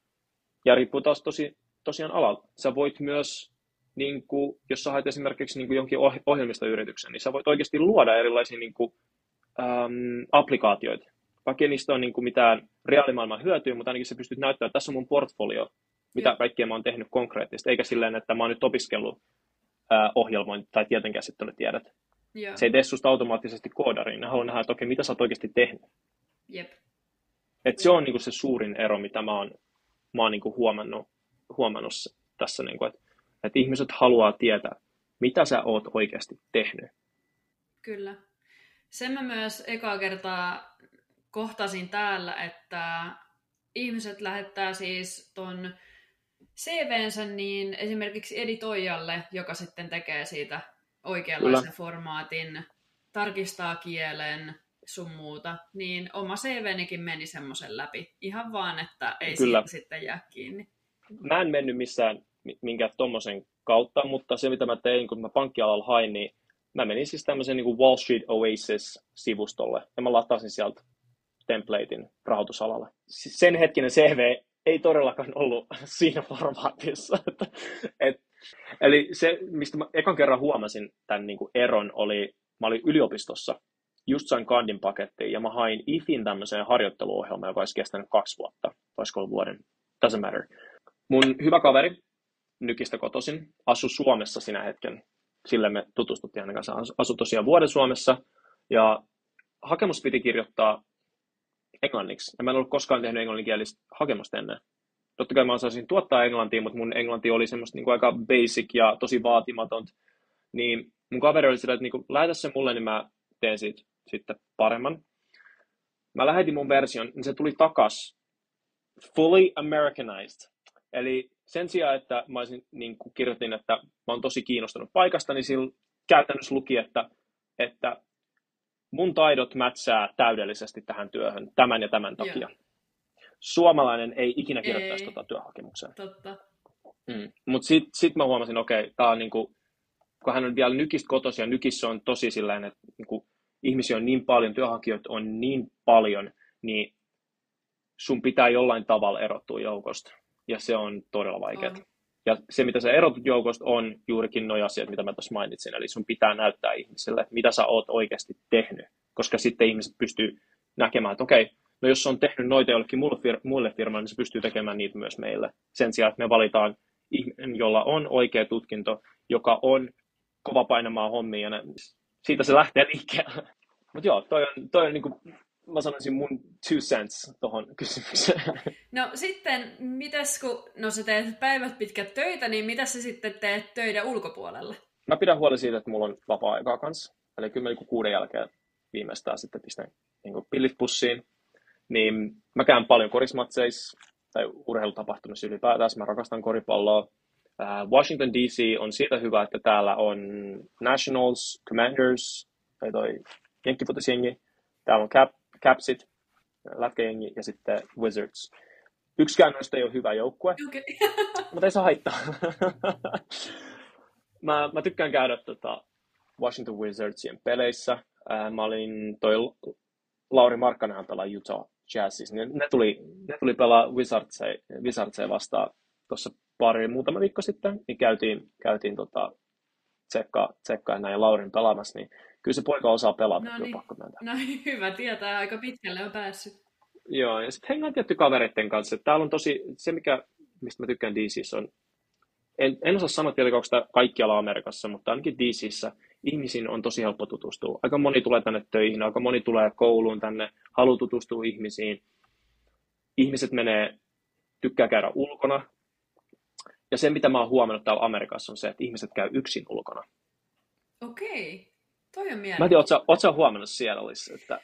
ja riippuu taas tosi, tosiaan alalta, sä voit myös, niin kuin, jos sä haet esimerkiksi niin kuin jonkin ohjelmistoyrityksen, niin sä voit oikeasti luoda erilaisia niin kuin, äm, applikaatioita. Vaikka niistä on niin kuin mitään reaalimaailman hyötyä, mutta ainakin sä pystyt näyttämään, että tässä on mun portfolio, mitä kaikkea mä oon tehnyt konkreettisesti, eikä silleen, että mä oon nyt opiskellut ää, ohjelmointi tai tietenkäsittelytiedot. Joo. Se ei tee susta automaattisesti koodariin. Ne haluaa nähdä, että okei, mitä sä oot oikeasti tehnyt. Jep. Et se on niinku se suurin ero, mitä mä oon, mä oon niinku huomannut, huomannut tässä, niinku, että et ihmiset haluaa tietää, mitä sä oot oikeasti tehnyt. Kyllä. Sen mä myös ekaa kertaa kohtasin täällä, että ihmiset lähettää siis ton C V:nsä niin esimerkiksi editoijalle, joka sitten tekee siitä oikeanlaisen Kyllä. formaatin, tarkistaa kielen, sun muuta, niin oma C V:nikin meni semmoisen läpi. Ihan vaan, että ei Kyllä. siitä sitten jää kiinni. Mä en mennyt missään minkään tommosen kautta, mutta se mitä mä tein, kun mä pankkialalla hain, niin mä menin siis tämmöisen niin kuin Wall Street Oasis-sivustolle, ja mä latasin sieltä templatein rahoitusalalle. Siis sen hetkinen C V ei todellakaan ollut siinä formaatissa. Et, eli se, mistä mä ekan kerran huomasin tämän niin kuin eron, oli, mä olin yliopistossa, just sain kandin pakettiin, ja mä hain I F In tämmöiseen harjoitteluohjelmaan, joka olisi kestänyt kaksi vuotta, olisiko ollut vuoden, doesn't matter. Mun hyvä kaveri, Nykistä kotoisin, asui Suomessa sinä hetken. Sille me tutustuttiin hänen kanssaan. Asui tosiaan vuoden Suomessa, ja hakemus piti kirjoittaa englanniksi. Ja mä en ollut koskaan tehnyt englanninkielistä hakemusta ennen. Totta kai mä osaisin tuottaa englantia, mutta mun englanti oli semmoista niin kuin aika basic ja tosi vaatimatonta. Niin mun kaveri oli sillä, että niin kuin, lähetä se mulle, niin mä teen siitä sitten paremman. Mä lähetin mun version, niin se tuli takas fully Americanized. Eli sen sijaan, että mä olisin, niin kuin kirjoitin, että mä oon tosi kiinnostunut paikasta, niin sillä käytännössä luki, että, että mun taidot mätsää täydellisesti tähän työhön tämän ja tämän takia. Yeah. Suomalainen ei ikinä kirjoittaisi tuota työhakemukseen. Totta. Mm. Mutta sitten sit mä huomasin, okei, okay, tää on niinku, kun hän on vielä Nykistä kotoisin, ja Nykissä on tosi silleen, että niinku, ihmisiä on niin paljon, työnhakijoita on niin paljon, niin sun pitää jollain tavalla erottua joukosta. Ja se on todella vaikeaa. On. Ja se, mitä sä erotut joukosta, on juurikin nuo asiat, mitä mä tuossa mainitsin. Eli sun pitää näyttää ihmiselle, että mitä sä oot oikeasti tehnyt. Koska sitten ihmiset pystyy näkemään, että okei, no jos on tehnyt noita jollekin muille firmalle, niin se pystyy tekemään niitä myös meille. Sen sijaan, että me valitaan ihminen, jolla on oikea tutkinto, joka on kova painamaan hommia, ja siitä se lähtee liikkeelle. Mutta joo, toi on, toi on niin kuin, mä sanoisin mun two cents tohon kysymykseen. No sitten, mitäs kun no sä teet päivät pitkät töitä, niin mitä sä sitten teet töiden ulkopuolella? Mä pidän huoli siitä, että mulla on vapaa-aikaa kanssa. Eli kyllä mä kuuden jälkeen viimeistään sitten pistän niin pillit pussiin. Niin mä käyn paljon korismatseissa. tai urheilutapahtumissa ylipäätään. Mä rakastan koripalloa. Washington D C on siitä hyvä, että täällä on Nationals, Commanders, tai toi jenkkifutisjengi. Täällä on Cap, Capsit, lätkäjengi ja sitten Wizards. Yksikään noista ei ole hyvä joukkue, Okay. mutta ei saa haittaa. mä, mä tykkään käydä tota Washington Wizardsien peleissä. Mä olin toi Lauri Markkanenhan pelaa Utah Jazzissa. Ne, ne, tuli, ne tuli pelaa Wizardsia, Wizardsia vastaan tuossa pari muutama viikko sitten, niin käytiin, käytiin tota, tsekkaa, tsekkaa näin Laurin pelaamassa, niin kyllä se poika osaa pelata, no kyllä niin. pakko myöntää. No hyvä tietää, aika pitkälle on päässyt. Joo, ja sitten hengaan tietty kavereiden kanssa. Täällä on tosi, se mikä, mistä mä tykkään D C:ssä on, en, en osaa sanoa tietenkin, onko tämä kaikkialla Amerikassa, mutta ainakin D C:ssä ihmisiin on tosi helppo tutustua. Aika moni tulee tänne töihin, aika moni tulee kouluun tänne, haluaa tutustua ihmisiin. Ihmiset menee, tykkää käydä ulkona. Ja se, mitä mä oon huomannut täällä Amerikassa, on se, että ihmiset käy yksin ulkona. Okei, toi on mielenkiintoista. Mä en tiedä, ootko sä huomannut siellä olisi, että...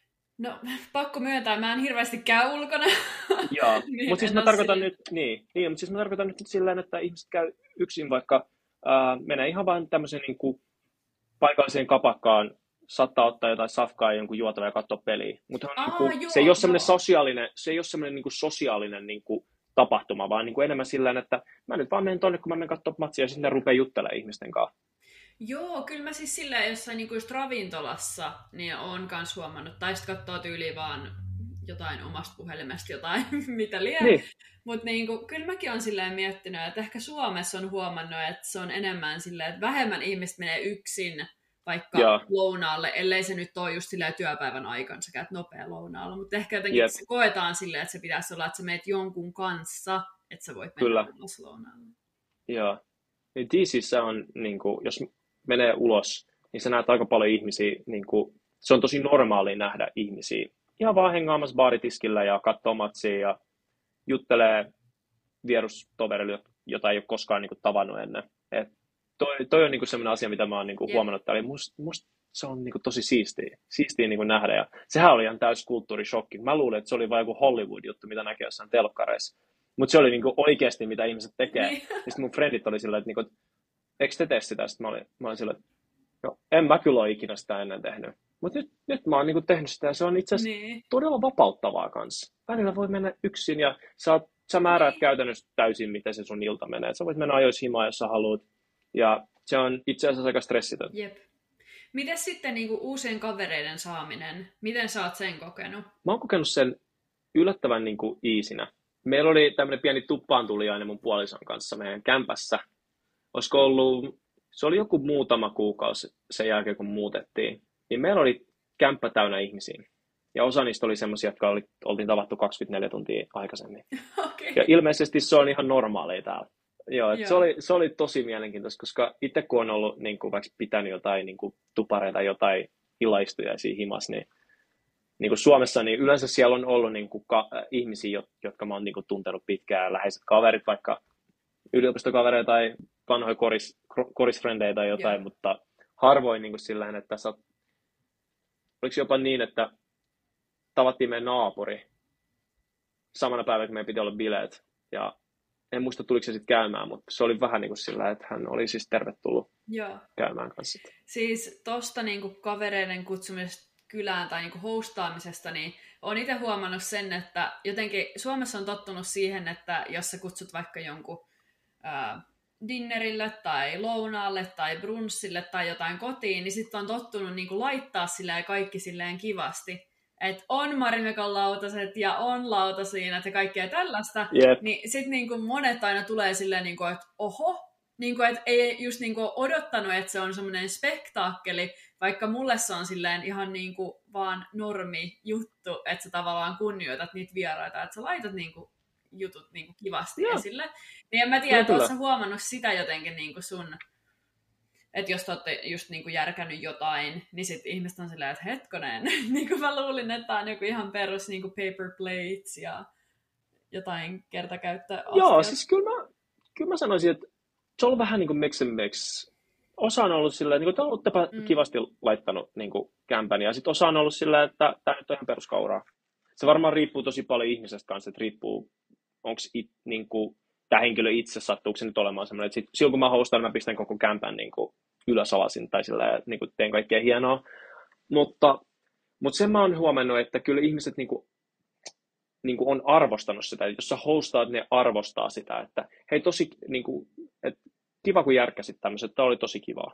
No, pakko myöntää, mä en hirveästi käy ulkona. Joo, niin, mutta siis mä tarkoitan sille... nyt, niin, niin, mutta siis mä tarkoitan nyt silleen, että ihmiset käy yksin vaikka, äh, menee ihan vain tämmöiseen niin kuin paikalliseen kapakkaan, saattaa ottaa jotain safkaa ja jonkun juotava ja katsoa peliä. Mutta niin se ei ole semmoinen sosiaalinen, se ei ole semmoinen niin kuin sosiaalinen niin kuin tapahtuma, vaan niin kuin enemmän sillä että mä nyt vaan menen tonne, kun mä menen katsoa matsia ja sitten rupean juttelemaan ihmisten kanssa. Joo, kyllä mä siis silleen jossain niin kuin just ravintolassa niin oon kans huomannut, tai sitten katsoo tyyliin vaan jotain omasta puhelimesta, jotain mitä liian. Niin. Mutta niinku, kyllä mäkin olen silleen miettinyt, että ehkä Suomessa on huomannut, että se on enemmän silleen, että vähemmän ihmiset menee yksin vaikka Joo. lounaalle, ellei se nyt ole just silleen työpäivän aikana, sä käyt nopea lounaalla. Mutta ehkä jotenkin yep. se koetaan silleen, että se pitäisi olla, että sä meet jonkun kanssa, että sä voit mennä ulos lounaalle. Joo. Niin D C:ssä on, niin kuin, jos menee ulos, niin sä näet aika paljon ihmisiä, niin kuin, se on tosi normaalia nähdä ihmisiä. Ihan vaan hengaamassa baaritiskillä ja katsoo matsia ja juttelee vierustoverille, jota ei ole koskaan niin kuin, tavannut ennen. Et toi, toi on niin kuin, sellainen asia, mitä mä oon niin kuin, huomannut, että musta must se on niin kuin, tosi siistiä, siistiä niin kuin, nähdä. Ja sehän oli ihan täys kulttuurishokki. Mä luulin, että se oli vain joku Hollywood-juttu, mitä näkee jossain telkkareissa. Mutta se oli niin kuin, oikeasti, mitä ihmiset tekee. Niin. Ja sitten mun friendit oli silleen, että, niin kuin, eikö te tee sitä? Sitten mä olin, mä olin silleen, että no, en mä kyllä ole ikinä sitä ennen tehnyt. Mutta nyt, nyt mä oon niinku tehnyt sitä ja se on itse asiassa niin. todella vapauttavaa kanssa. Välillä voi mennä yksin ja sä, sä määräät niin. käytännössä täysin, miten se sun ilta menee. Sä voit mennä ajoissa himaan, jos sä haluat. Ja se on itse asiassa aika stressitön. Jep. Miten sitten niinku uusien kavereiden saaminen? Miten sä oot sen kokenut? Mä oon kokenut sen yllättävän niinku easynä. Meillä oli tämmöinen pieni tuppaantuliainen mun puolison kanssa meidän kämpässä. Olisiko ollut, se oli joku muutama kuukausi sen jälkeen, kun muutettiin. Niin meillä oli kämppä täynnä ihmisiä. Ja osa niistä oli semmoisia, jotka oli, oltiin tavattu kaksikymmentäneljä tuntia aikaisemmin. Okay. Ja ilmeisesti se on ihan normaalia täällä. Joo, Joo. Se, oli, se oli tosi mielenkiintoista, koska itse kun on ollut niin kuin, vaikka pitänyt jotain niin kuin, tupareita, jotain illaistujaisia himas, niin, niin kuin Suomessa niin yleensä siellä on ollut niin kuin, ka- ihmisiä, jotka mä oon niin kuin, tuntenut pitkään, läheiset kaverit, vaikka yliopistokavereita tai vanhoja koris, korisfrendejä tai jotain, Joo. mutta harvoin niin kuin, sillähän, että sä oot oliko jopa niin, että tavattiin meidän naapuri samana päivänä, kun meidän piti olla bileet. Ja en muista, tuliko se sitten käymään, mutta se oli vähän niin kuin sillä, että hän oli siis tervetullut Joo. käymään kanssa. Siis tosta niin kuin kavereiden kutsumisesta kylään tai niin kuin hostaamisesta, niin olen itse huomannut sen, että jotenkin Suomessa on tottunut siihen, että jos sä kutsut vaikka jonkun ää, dinnerille tai lounaalle tai brunssille tai jotain kotiin, niin sitten on tottunut niinku laittaa silleen kaikki silleen kivasti. Että on Marimekon lautaset ja on lautasiinat ja kaikkea tällaista. Yep. Niin sitten niinku monet aina tulee silleen, niinku, että oho, niinku, että ei just niinku odottanut, että se on semmoinen spektaakkeli, vaikka mulle se on silleen ihan niinku vaan normi juttu, että sä tavallaan kunnioitat niitä vieraita, että sä laitat niinku jutut niinku kivasti Joo. esille. Niin en mä tiedä, että ootko huomannut sitä jotenkin niinku sun, että jos te ootte just niinku järkännyt jotain, niin sit ihmiset on silleen, että hetkonen, niin kuin mä luulin, että on joku ihan perus niinku paper plates ja jotain kertakäyttöastiat. Joo, siis kyllä mä, kyllä mä sanoisin, että se on ollut vähän niin kuin mix and mix. Osa on ollut silleen, että niin olettepa mm. kivasti laittanut niin kuin kämpän, ja sitten osa on ollut silleen, että tämä nyt on ihan peruskauraa. Se varmaan riippuu tosi paljon ihmisestä kanssa, että riippuu onko niin tämä henkilö itse, sattuuko se nyt olemaan semmoinen, että sit, silloin kun mä hostaan, mä pistän koko kämpän niin kuin ylös alasin tai sillä niin kuin teen kaikkea hienoa. Mutta, mutta sen mä oon huomannut, että kyllä ihmiset niin kuin, niin kuin on arvostanut sitä. Jos sä hostaat, ne arvostaa sitä, että hei tosi niin kuin, että kiva kun järkkäsit tämmöiset, tämä oli tosi kivaa.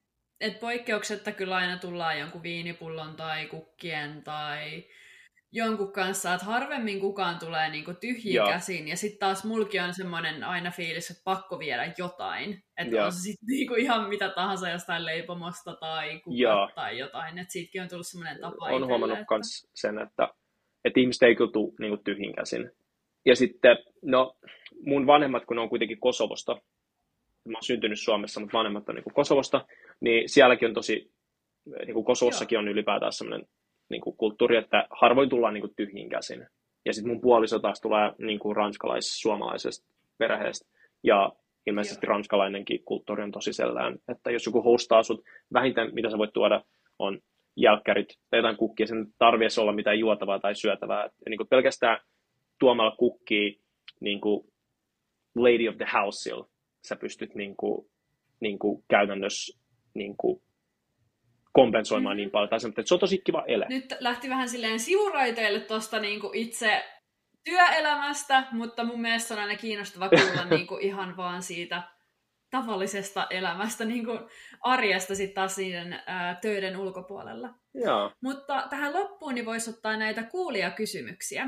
Et poikkeuksetta kyllä aina tullaan jonkun viinipullon tai kukkien tai jonkun kanssa, että harvemmin kukaan tulee niinku tyhjiin käsin, ja sitten taas mulki on semmoinen aina fiilis, että pakko viedä jotain, että on se sitten niinku ihan mitä tahansa jostain leipomosta tai kukat tai jotain, että siitäkin on tullut semmoinen tapa on huomannut myös että... sen, että, että ihmiset ei kyllä tule niinku tyhjin käsin. Ja sitten, no mun vanhemmat, kun on kuitenkin Kosovosta, mä oon syntynyt Suomessa, mutta vanhemmat on niinku Kosovosta, niin sielläkin on tosi, niinku Kosovossakin on ylipäätään semmoinen niinku kulttuuri, että harvoin tullaan niinku tyhjin käsin. Ja sitten mun puoliso taas tulee niinku ranskalais-suomalaisesta perheestä. Ja ilmeisesti Joo. ranskalainenkin kulttuuri on tosi sellainen, että jos joku hostaa sut, vähintään mitä sä voit tuoda on jälkkärit tai jotain kukkia, sen tarvitsisi olla mitään juotavaa tai syötävää. Et niinku pelkästään tuomalla kukkia niinku lady of the housella sä pystyt niinku, niinku käytännössä niinku kompensoimaan mm. niin paljon. Tai semmoinen, että se on tosi kiva ele. Nyt lähti vähän silleen sivuraiteille tuosta niinku itse työelämästä, mutta mun mielestä on aina kiinnostava kuulla niinku ihan vaan siitä tavallisesta elämästä, niinku arjesta sitten taas niiden ää, töiden ulkopuolella. Joo. Mutta tähän loppuun niin voisi ottaa näitä kuulijakysymyksiä.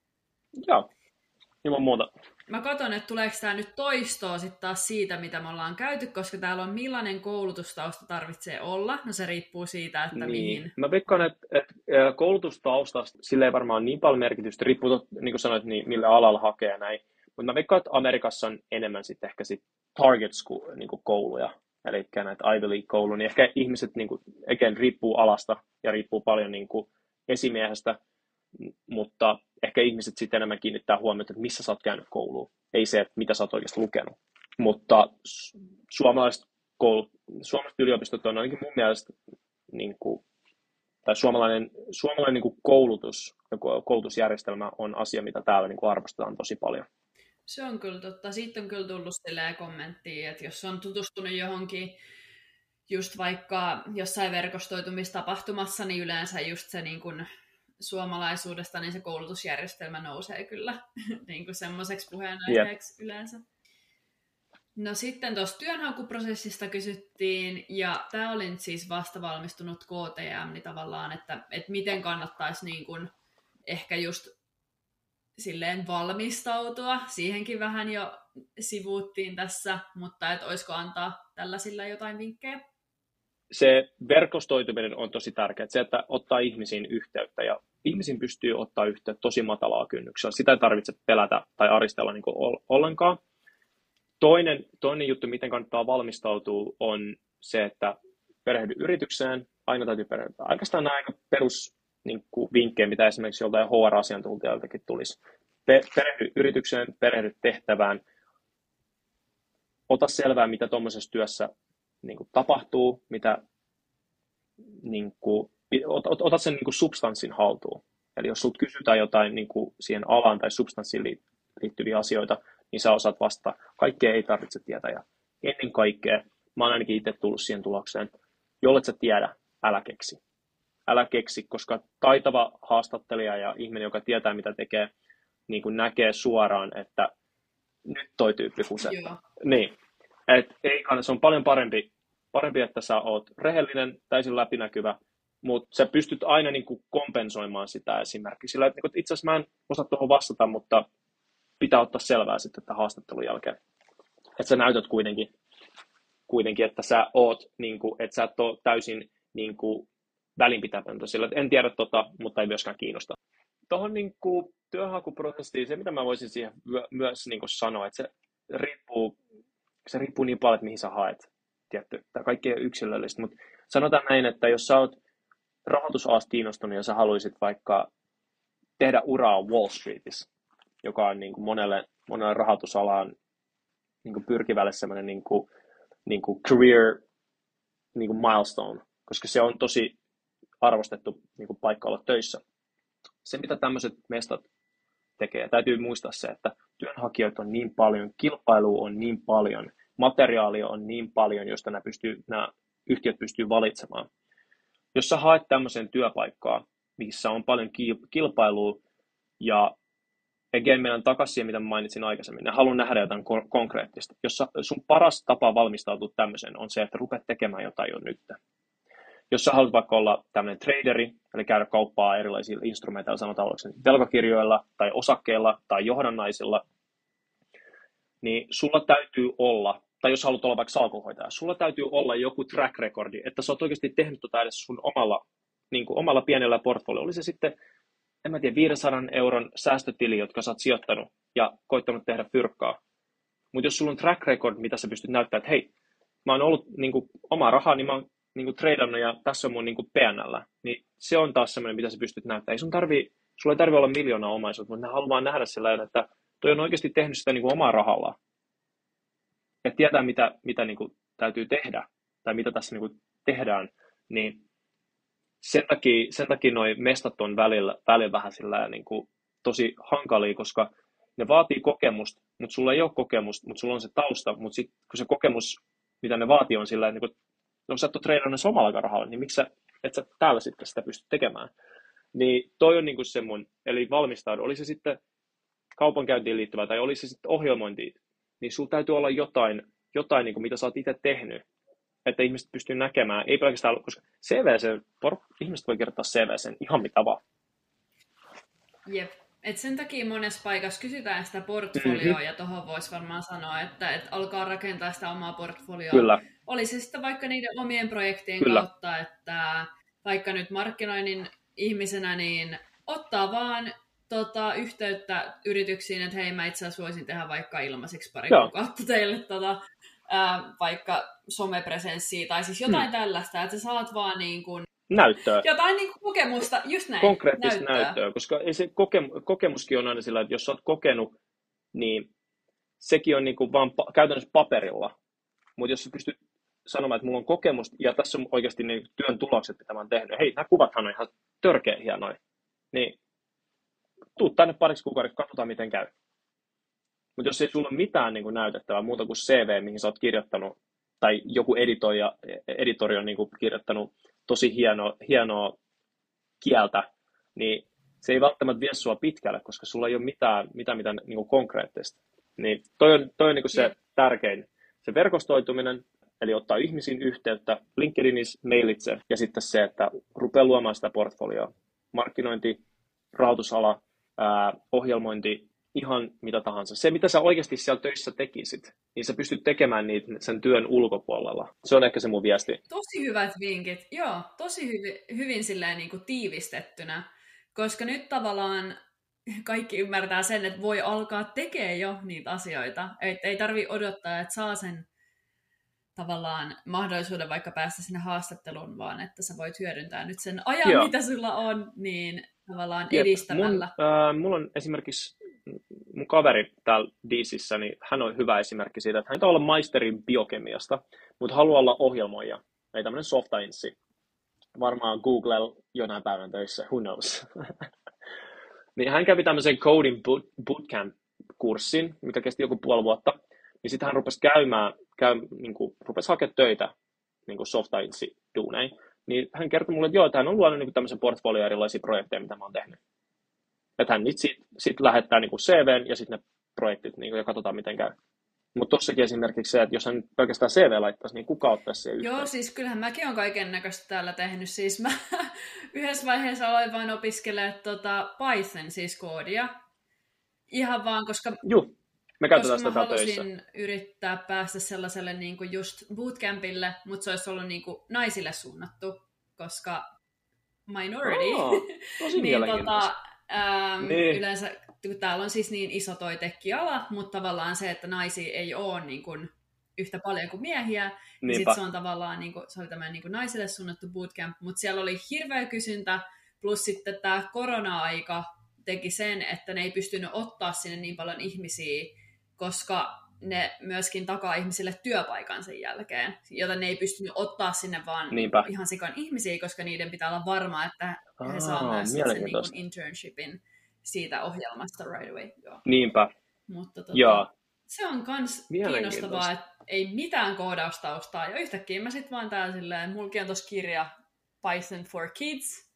Joo, ilman muuta. Mä katson, että tuleeko tämä nyt toistoa sitten taas siitä, mitä me ollaan käyty, koska täällä on millainen koulutustausta tarvitsee olla. No se riippuu siitä, että niin. mihin. Mä veikkaan, että, että koulutustaustasta sillä ei varmaan niin paljon merkitystä. Riippuu, niin kuin sanoit, niin millä alalla hakee näin. Mutta mä veikkaan, että Amerikassa on enemmän sitten ehkä sit target school, niin kuin kouluja. Eli näitä Ivy League-kouluja. Niin ehkä ihmiset niin kuin, again, riippuu alasta ja riippuu paljon niin kuin esimiehestä. Mutta ehkä ihmiset sitten enemmän kiinnittää huomiota, että missä sä oot käynyt kouluun. Ei se, että mitä sä oot oikeasti lukenut. Mutta suomalaiset, koulut, suomalaiset yliopistot on ainakin mun mielestä, niin kuin, tai suomalainen, suomalainen niin kuin koulutus ja koulutusjärjestelmä on asia, mitä täällä niin kuin arvostetaan tosi paljon. Se on kyllä totta. Siitä on kyllä tullut silleen kommenttia, että jos on tutustunut johonkin just vaikka jossain verkostoitumistapahtumassa, niin yleensä just se niin kuin suomalaisuudesta, niin se koulutusjärjestelmä nousee kyllä niin kuin semmoiseksi puheenaiheeksi yep. yleensä. No sitten tuosta työnhakuprosessista kysyttiin, ja tämä oli nyt siis vasta valmistunut K T M, niin tavallaan, että, että miten kannattaisi niin kuin ehkä just silleen valmistautua. Siihenkin vähän jo sivuuttiin tässä, mutta että olisiko antaa tällaisilla jotain vinkkejä? Se verkostoituminen on tosi tärkeää, se, että ottaa ihmisiin yhteyttä, ja ihmisiin pystyy ottaa yhteyttä tosi matalaa kynnyksellä. Sitä ei tarvitse pelätä tai aristella niin kuin ollenkaan. Toinen, toinen juttu, miten kannattaa valmistautua, on se, että perehdy yritykseen. Aina täytyy perehtyä. Oikeastaan nämä aika perus niin kuin vinkkejä, mitä esimerkiksi joltain H R-asiantuntijaltakin tulisi. Perehdy yritykseen, perehdy tehtävään. Ota selvää, mitä tuommoisessa työssä niin kuin tapahtuu, mitä, niin kuin, ot, ot, ota sen niin kuin substanssin haltuun. Eli jos sinulta kysytään jotain niin kuin siihen alaan tai substanssiin liittyviä asioita, niin sä osaat vastata. Kaikkea ei tarvitse tietää. Ja ennen kaikkea, mä oon ainakin itse tullut siihen tulokseen, jollet sä tiedä, älä keksi. Älä keksi, koska taitava haastattelija ja ihminen, joka tietää, mitä tekee, niin kuin näkee suoraan, että nyt toi tyyppi kusettaa. Niin. Et ei, se on paljon parempi, parempi, että sä oot rehellinen, täysin läpinäkyvä, mutta sä pystyt aina niin kuin kompensoimaan sitä esimerkiksi. Sillä, että itse asiassa mä en osaa tuohon vastata, mutta pitää ottaa selvää sitten tämän haastattelun jälkeen. Että sä näytät kuitenkin, kuitenkin että sä oot, niin kuin, että sä et ole täysin niin kuin välinpitämätön. Sillä en tiedä tota, mutta ei myöskään kiinnosta. Tuohon niin kuin työnhakuprosessiin, se mitä mä voisin siihen myös niin kuin sanoa, että se riippuu, se riippuu niin paljon, että mihin sä haet. Tietty, tämä kaikki ei ole yksilöllistä, mutta sanotaan näin, että jos sä oot rahoitusalasta kiinnostunut ja sä haluaisit vaikka tehdä uraa Wall Streetissä, joka on niin kuin monelle, monelle rahoitusalaan niin kuin pyrkivälle semmoinen niin kuin, niin kuin career niin kuin milestone, koska se on tosi arvostettu niin kuin paikka olla töissä. Se, mitä tämmöiset mestat tekee. Ja täytyy muistaa se, että työnhakijoita on niin paljon, kilpailua on niin paljon, materiaalia on niin paljon, josta nämä, pystyy, nämä yhtiöt pystyy valitsemaan. Jos sä haet tämmöisen työpaikkaa, missä on paljon kilpailua, ja again, meidän takaisin siihen, mitä mainitsin aikaisemmin, ne haluan nähdä jotain konkreettista. Jos sun paras tapa valmistautua tämmöiseen on se, että rupeat tekemään jotain jo nyt. Jos sä haluat vaikka olla tämmöinen traderi, eli käydä kauppaa erilaisilla instrumenteilla, sanotaan velkakirjoilla tai osakkeilla tai johdannaisilla, niin sulla täytyy olla, tai jos haluat olla vaikka salkunhoitaja, sulla täytyy olla joku track recordi, että sä oot oikeasti tehnyt tota edes sun omalla, niin kuin omalla pienellä portfolio. Oli se sitten, en mä tiedä, viisisataa euron säästötili, jotka sä oot sijoittanut ja koittanut tehdä fyrkkaa. Mutta jos sulla on track record, mitä sä pystyt näyttämään, että hei, mä oon ollut niin kuin, omaa rahaa, niin mä oon niin kuin treidannut ja tässä on mun niin kuin P N L, niin se on taas semmoinen, mitä sä pystyt näyttämään. Ei sun tarvii, sulla ei tarvitse olla miljoonaa omaisuutta, mutta ne haluaa nähdä sellainen, että toi on oikeasti tehnyt sitä niin kuin omaa rahalla. Ja tietää, mitä, mitä niin kuin täytyy tehdä, tai mitä tässä niin kuin tehdään, niin sen takia, sen takia noi mestat on välillä, välillä vähän sillä niin kuin tosi hankalia, koska ne vaatii kokemusta, mutta sulla ei ole kokemusta, mutta sulla on se tausta, mutta sitten kun se kokemus, mitä ne vaatii, on sillä, niin kuin, no sä et ole treidannut omalla rahalla, niin miksi sä, et sä täällä sitten sitä pysty tekemään? Niin toi on niin kuin se mun, eli valmistaudu, oli se sitten kaupankäyntiin liittyvä tai oli se sitten ohjelmointi, niin sulla täytyy olla jotain, jotain niin kuin mitä sä oot itse tehnyt, että ihmiset pystyy näkemään, ei pelkästään, koska C V C, ihmiset voi kirjoittaa C V C:n ihan mitä vaan. Jep. Et sen takia monessa paikassa kysytään sitä portfolioa, mm-hmm. ja tuohon voisi varmaan sanoa, että et alkaa rakentaa sitä omaa portfolioa. Kyllä. Oli se sitten vaikka niiden omien projektien Kyllä. kautta, että vaikka nyt markkinoinnin ihmisenä, niin ottaa vaan tota, yhteyttä yrityksiin, että hei, mä itse asiassa voisin tehdä vaikka ilmaiseksi pari kuukautta teille tota, ää, vaikka somepresenssiä, tai siis jotain hmm. tällaista, että sä saat vaan niin kuin näyttöä. Jotain niin kuin kokemusta, just näin. Konkreettista näyttöä. näyttöä, koska ei se koke- kokemuskin on aina sillä, että jos sä oot kokenut, niin sekin on niin kuin vaan pa- käytännössä paperilla. Mutta jos sä pystyt sanomaan, että mulla on kokemus, ja tässä on oikeasti ne työn tulokset, mitä mä oon tehnyt. Hei, nämä kuvathan on ihan törkeä hienoja. Niin tuu tänne pariksi kuukaudeksi, katsotaan miten käy. Mutta jos ei sulla ole mitään niin kuin näytettävää muuta kuin C V, mihin sä oot kirjoittanut, tai joku editoija, editori on niin kuin kirjoittanut tosi hienoa, hienoa kieltä, niin se ei välttämättä vie sua pitkälle, koska sulla ei ole mitään, mitään, mitään niin kuin konkreettista. Niin toi on, toi on niin kuin se tärkein. Se verkostoituminen, eli ottaa ihmisiin yhteyttä, LinkedInissä, mailitse, ja sitten se, että rupeaa luomaan sitä portfolioa. Markkinointi, rahoitusala, ää, ohjelmointi, ihan mitä tahansa. Se, mitä sä oikeasti siellä töissä tekisit, niin sä pystyt tekemään niitä sen työn ulkopuolella. Se on ehkä se mun viesti. Tosi hyvät vinkit. Joo, tosi hyvin, hyvin silleen niin kuin tiivistettynä, koska nyt tavallaan kaikki ymmärtää sen, että voi alkaa tekemään jo niitä asioita. Et ei tarvitse odottaa, että saa sen tavallaan mahdollisuuden vaikka päästä sinne haastatteluun, vaan että sä voit hyödyntää nyt sen ajan, Joo. mitä sulla on, niin tavallaan Jep. edistämällä. Mun, äh, mulla on esimerkiksi mun kaveri täällä D C:ssä, niin hän on hyvä esimerkki siitä, että hän on olla maisterin biokemiasta, mutta haluaa olla ohjelmoija, ei tämmöinen softainsi. Varmaan Google jonain päivän töissä, who knows. Niin hän kävi tämmöisen coding bootcamp-kurssin, mikä kesti joku puoli vuotta. Niin sitten hän rupesi käymään, käy, niin kuin, rupesi hakemaan töitä niin kuin softainsi-duunein. Niin hän kertoi mulle, että joo, että hän on luonut niin kuin tämmöisen portfolio erilaisia projekteja, mitä mä oon tehnyt. Että hän sitten sit lähettää niin kuin C V:n ja sitten ne projektit niin kuin, ja katsotaan, miten käy. Mutta tossakin esimerkiksi se, että jos hän pelkästään C V laittaisi, niin kuka ottaisi siihen yhteen? Joo, siis kyllähän mäkin olen kaiken näköistä täällä tehnyt. Siis mä yhdessä vaiheessa aloin vain opiskelemaan tota Python, siis koodia. Ihan vaan, koska, Juh, me koska sitä mä halusin töissä. yrittää päästä sellaiselle niin kuin just bootcampille, mutta se olisi ollut niin kuin naisille suunnattu, koska minority. Oh, tosi niin, tota, ähm, niin. Yleensä kun täällä on siis niin iso toi tekkiala, mutta tavallaan se, että naisia ei ole niin kuin yhtä paljon kuin miehiä, niin sit se on tavallaan, niin kuin, se oli tämmöinen niin kuin naisille suunnattu bootcamp, mutta siellä oli hirveä kysyntä, plus sitten tämä korona-aika teki sen, että ne ei pystynyt ottaa sinne niin paljon ihmisiä, koska ne myöskin takaa ihmisille työpaikan sen jälkeen, joten ne ei pystynyt ottaa sinne vaan Niinpä. ihan sikan ihmisiä, koska niiden pitää olla varma, että he saa myös sen niin kuin internshipin. siitä ohjelmasta right away. Joo. Niinpä. Mutta tota, Joo. se on kans kiinnostavaa, että ei mitään koodaustaustaa. Ja yhtäkkiä mä sit vaan täällä silleen, mulki on tossa kirja Python for Kids.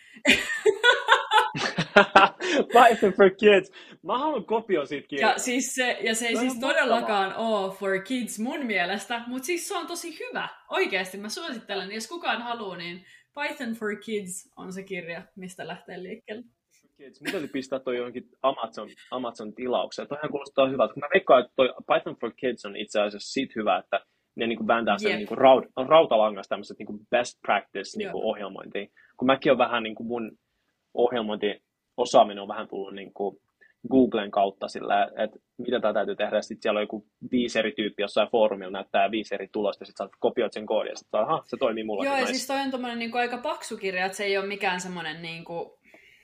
Python for Kids. Mä haluan kopio siitä kirjaa. Ja, siis se, ja se ei siis todellakaan ole for kids mun mielestä, mutta siis se on tosi hyvä. Oikeasti mä suosittelen, jos kukaan haluaa, niin Python for Kids on se kirja, mistä lähtee liikkeelle. Mun täytyy pistää toi johonkin Amazon, Amazon tilaukseen. Toihan kuulostaa hyvältä. Kun mä veikkaan, että toi Python for Kids on itse asiassa siitä hyvä, että ne niinku bändää sen niinku raut, rautalangasta tämmöiset niinku best practice niinku ohjelmointiin. Kun mäkin on vähän niinku mun ohjelmointiosaaminen on vähän tullut niinku Googlen kautta sillä, että mitä tää täytyy tehdä. Sitten siellä on joku viisi eri tyyppi jossain foorumilla näyttää viisi eri tulosta, ja sitten sä kopioit sen koodin, ja sitten aha, se toimii mulla. Joo, ja siis toi on tommonen niinku aika paksu kirja, että se ei ole mikään semmonen niinku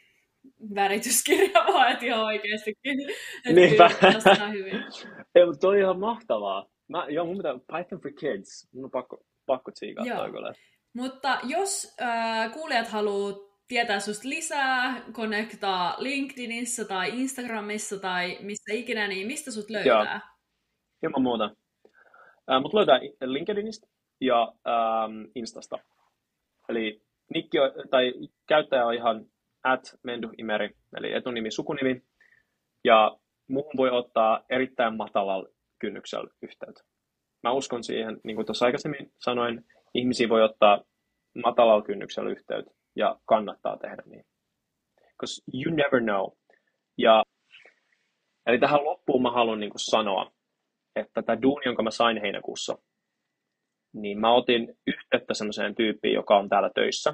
värityskirja, vaan että ihan oikeastikin. Niinpä. Hyvin. Ei, mutta toi on ihan mahtavaa. Mä, joo, mun pitää Python for Kids. Mun on pakko, pakko tsiikaa toi kyllä. Mutta jos äh, kuulijat haluaa tietää susta lisää, connectaa LinkedInissä tai Instagramissa tai missä ikinä, niin mistä sut löytää? Joo, ilman muuta. Äh, mut löytää LinkedInistä ja ähm, Instasta. Eli nikki on, tai käyttäjä on ihan at menduimeri, eli etunimi, sukunimi. Ja muuhun voi ottaa erittäin matalalla kynnyksellä yhteyttä. Mä uskon siihen, niin kuin tuossa aikaisemmin sanoin, ihmisiä voi ottaa matalalla kynnyksellä yhteyttä ja kannattaa tehdä niin. Because you never know. Ja, eli tähän loppuun mä haluan niin kuin sanoa, että tämä duuni, jonka mä sain heinäkuussa, niin mä otin yhteyttä semmoiseen tyyppiin, joka on täällä töissä.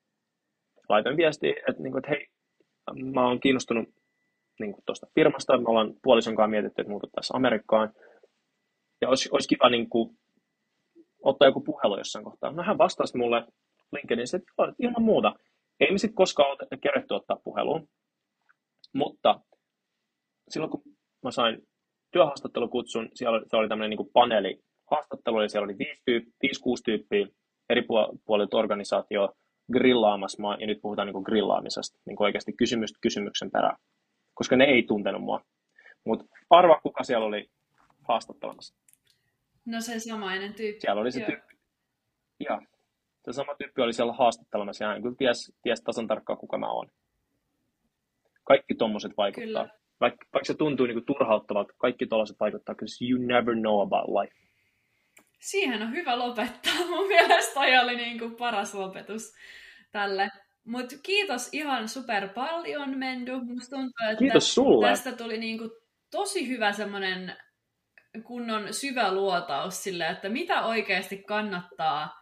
Laitoin viestiä, että, niin kuin, että hei, mä oon kiinnostunut niin tuosta firmasta. Me ollaan puolison kanssa mietitty, että muutettaisiin Amerikkaan. Ja olisi, olisi kiva niin kuin, ottaa joku puhelu jossain kohtaa. No hän vastasi mulle LinkedInissä, että ilman muuta. Ei me sitten koskaan ole keretty ottaa puheluun. Mutta silloin kun mä sain työhaastattelukutsun, siellä oli, siellä oli tämmöinen niin kuin paneelihaastattelu, ja siellä oli viisi, tyyppi, viisi kuusi tyyppiä eri puolilta organisaatioa grillaamassa mua, ja nyt puhutaan niin kuin grillaamisesta, niin kuin oikeasti kysymystä kysymyksen perään, koska ne ei tuntenut mua. Mutta arvaa, kuka siellä oli haastattelemassa. No se samainen tyyppi. Siellä oli se Joo. tyyppi. Ja se sama tyyppi oli siellä haastattelemassa, ja hän kyllä ties, ties tasan tarkkaan, kuka mä oon. Kaikki tommoset vaikuttaa. Kyllä. Vaikka, vaikka se tuntuu niin kuin turhauttavalta, kaikki tollaiset vaikuttaa, because you never know about life. Siihen on hyvä lopettaa. Mun mielestä toi oli niin kuin paras lopetus tälle. Mutta kiitos ihan super paljon, Mendu. Musta tuntuu, että Kiitos sulle. tästä tuli niin kuin tosi hyvä semmoinen kunnon syvä luotaus sille, että mitä oikeasti kannattaa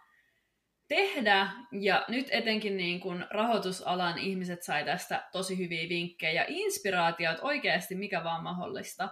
tehdä. Ja nyt etenkin niin kuin rahoitusalan ihmiset sai tästä tosi hyviä vinkkejä ja inspiraatiot oikeasti mikä vaan mahdollista.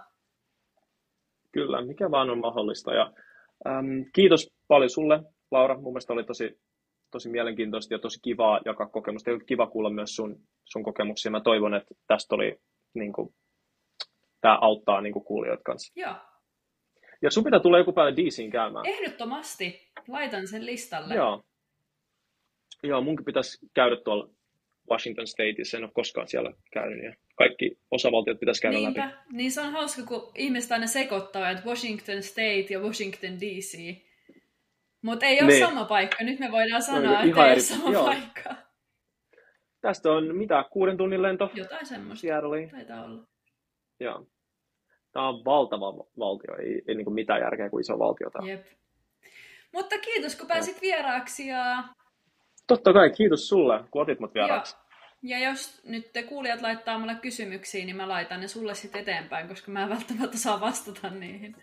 Kyllä, mikä vaan on mahdollista. Ja, äm, kiitos paljon sulle, Laura. Mun mielestä oli tosi, tosi mielenkiintoista ja tosi kivaa jakaa kokemusta. Ja kiva kuulla myös sun, sun kokemuksia. Mä toivon, että tästä oli, niin kuin, tää auttaa niin kuin kuulijoita kanssa. Joo. Ja sun pitää tulla joku päivä D C:in käymään. Ehdottomasti. Laitan sen listalle. Joo. Joo, munkin pitäisi käydä tuolla Washington Stateissa. En ole koskaan siellä käynyt. Ja kaikki osavaltiot pitäisi käydä Niinpä. läpi. Niin se on hauska, kun ihmiset aina sekoittaa, että Washington State ja Washington D C. Mutta ei ole niin. sama paikka. Nyt me voidaan sanoa, No, että ihan ei eri... ole sama Joo. paikka. Tästä on mitä? Kuuden tunnin lento? Jotain semmoista. Seattleen. Taitaa olla. Joo. Tämä on valtava valtio. Ei, ei niin kuin mitään järkeä kuin iso valtio tämä. Jep. Mutta kiitos, kun pääsit vieraaksi. Ja... Totta kai, kiitos sulle, kun otit mut vieraaksi. Ja jos nyt te kuulijat laittaa mulle kysymyksiä, niin mä laitan ne sulle sitten eteenpäin, koska mä en välttämättä saa vastata niihin.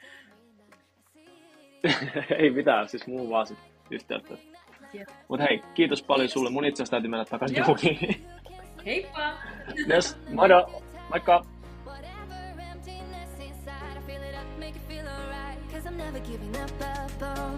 Ei mitään, siis muu vaan sit yhteyttä. Jep. Mut hei, kiitos paljon sulle. Mun itse asiassa täytyy mennä takaisin Joo. duuniin. Heippa! Yes, moido! Moikka! Whatever emptiness inside, I fill it up, make it feel alright. Cause I'm never giving up, up, up.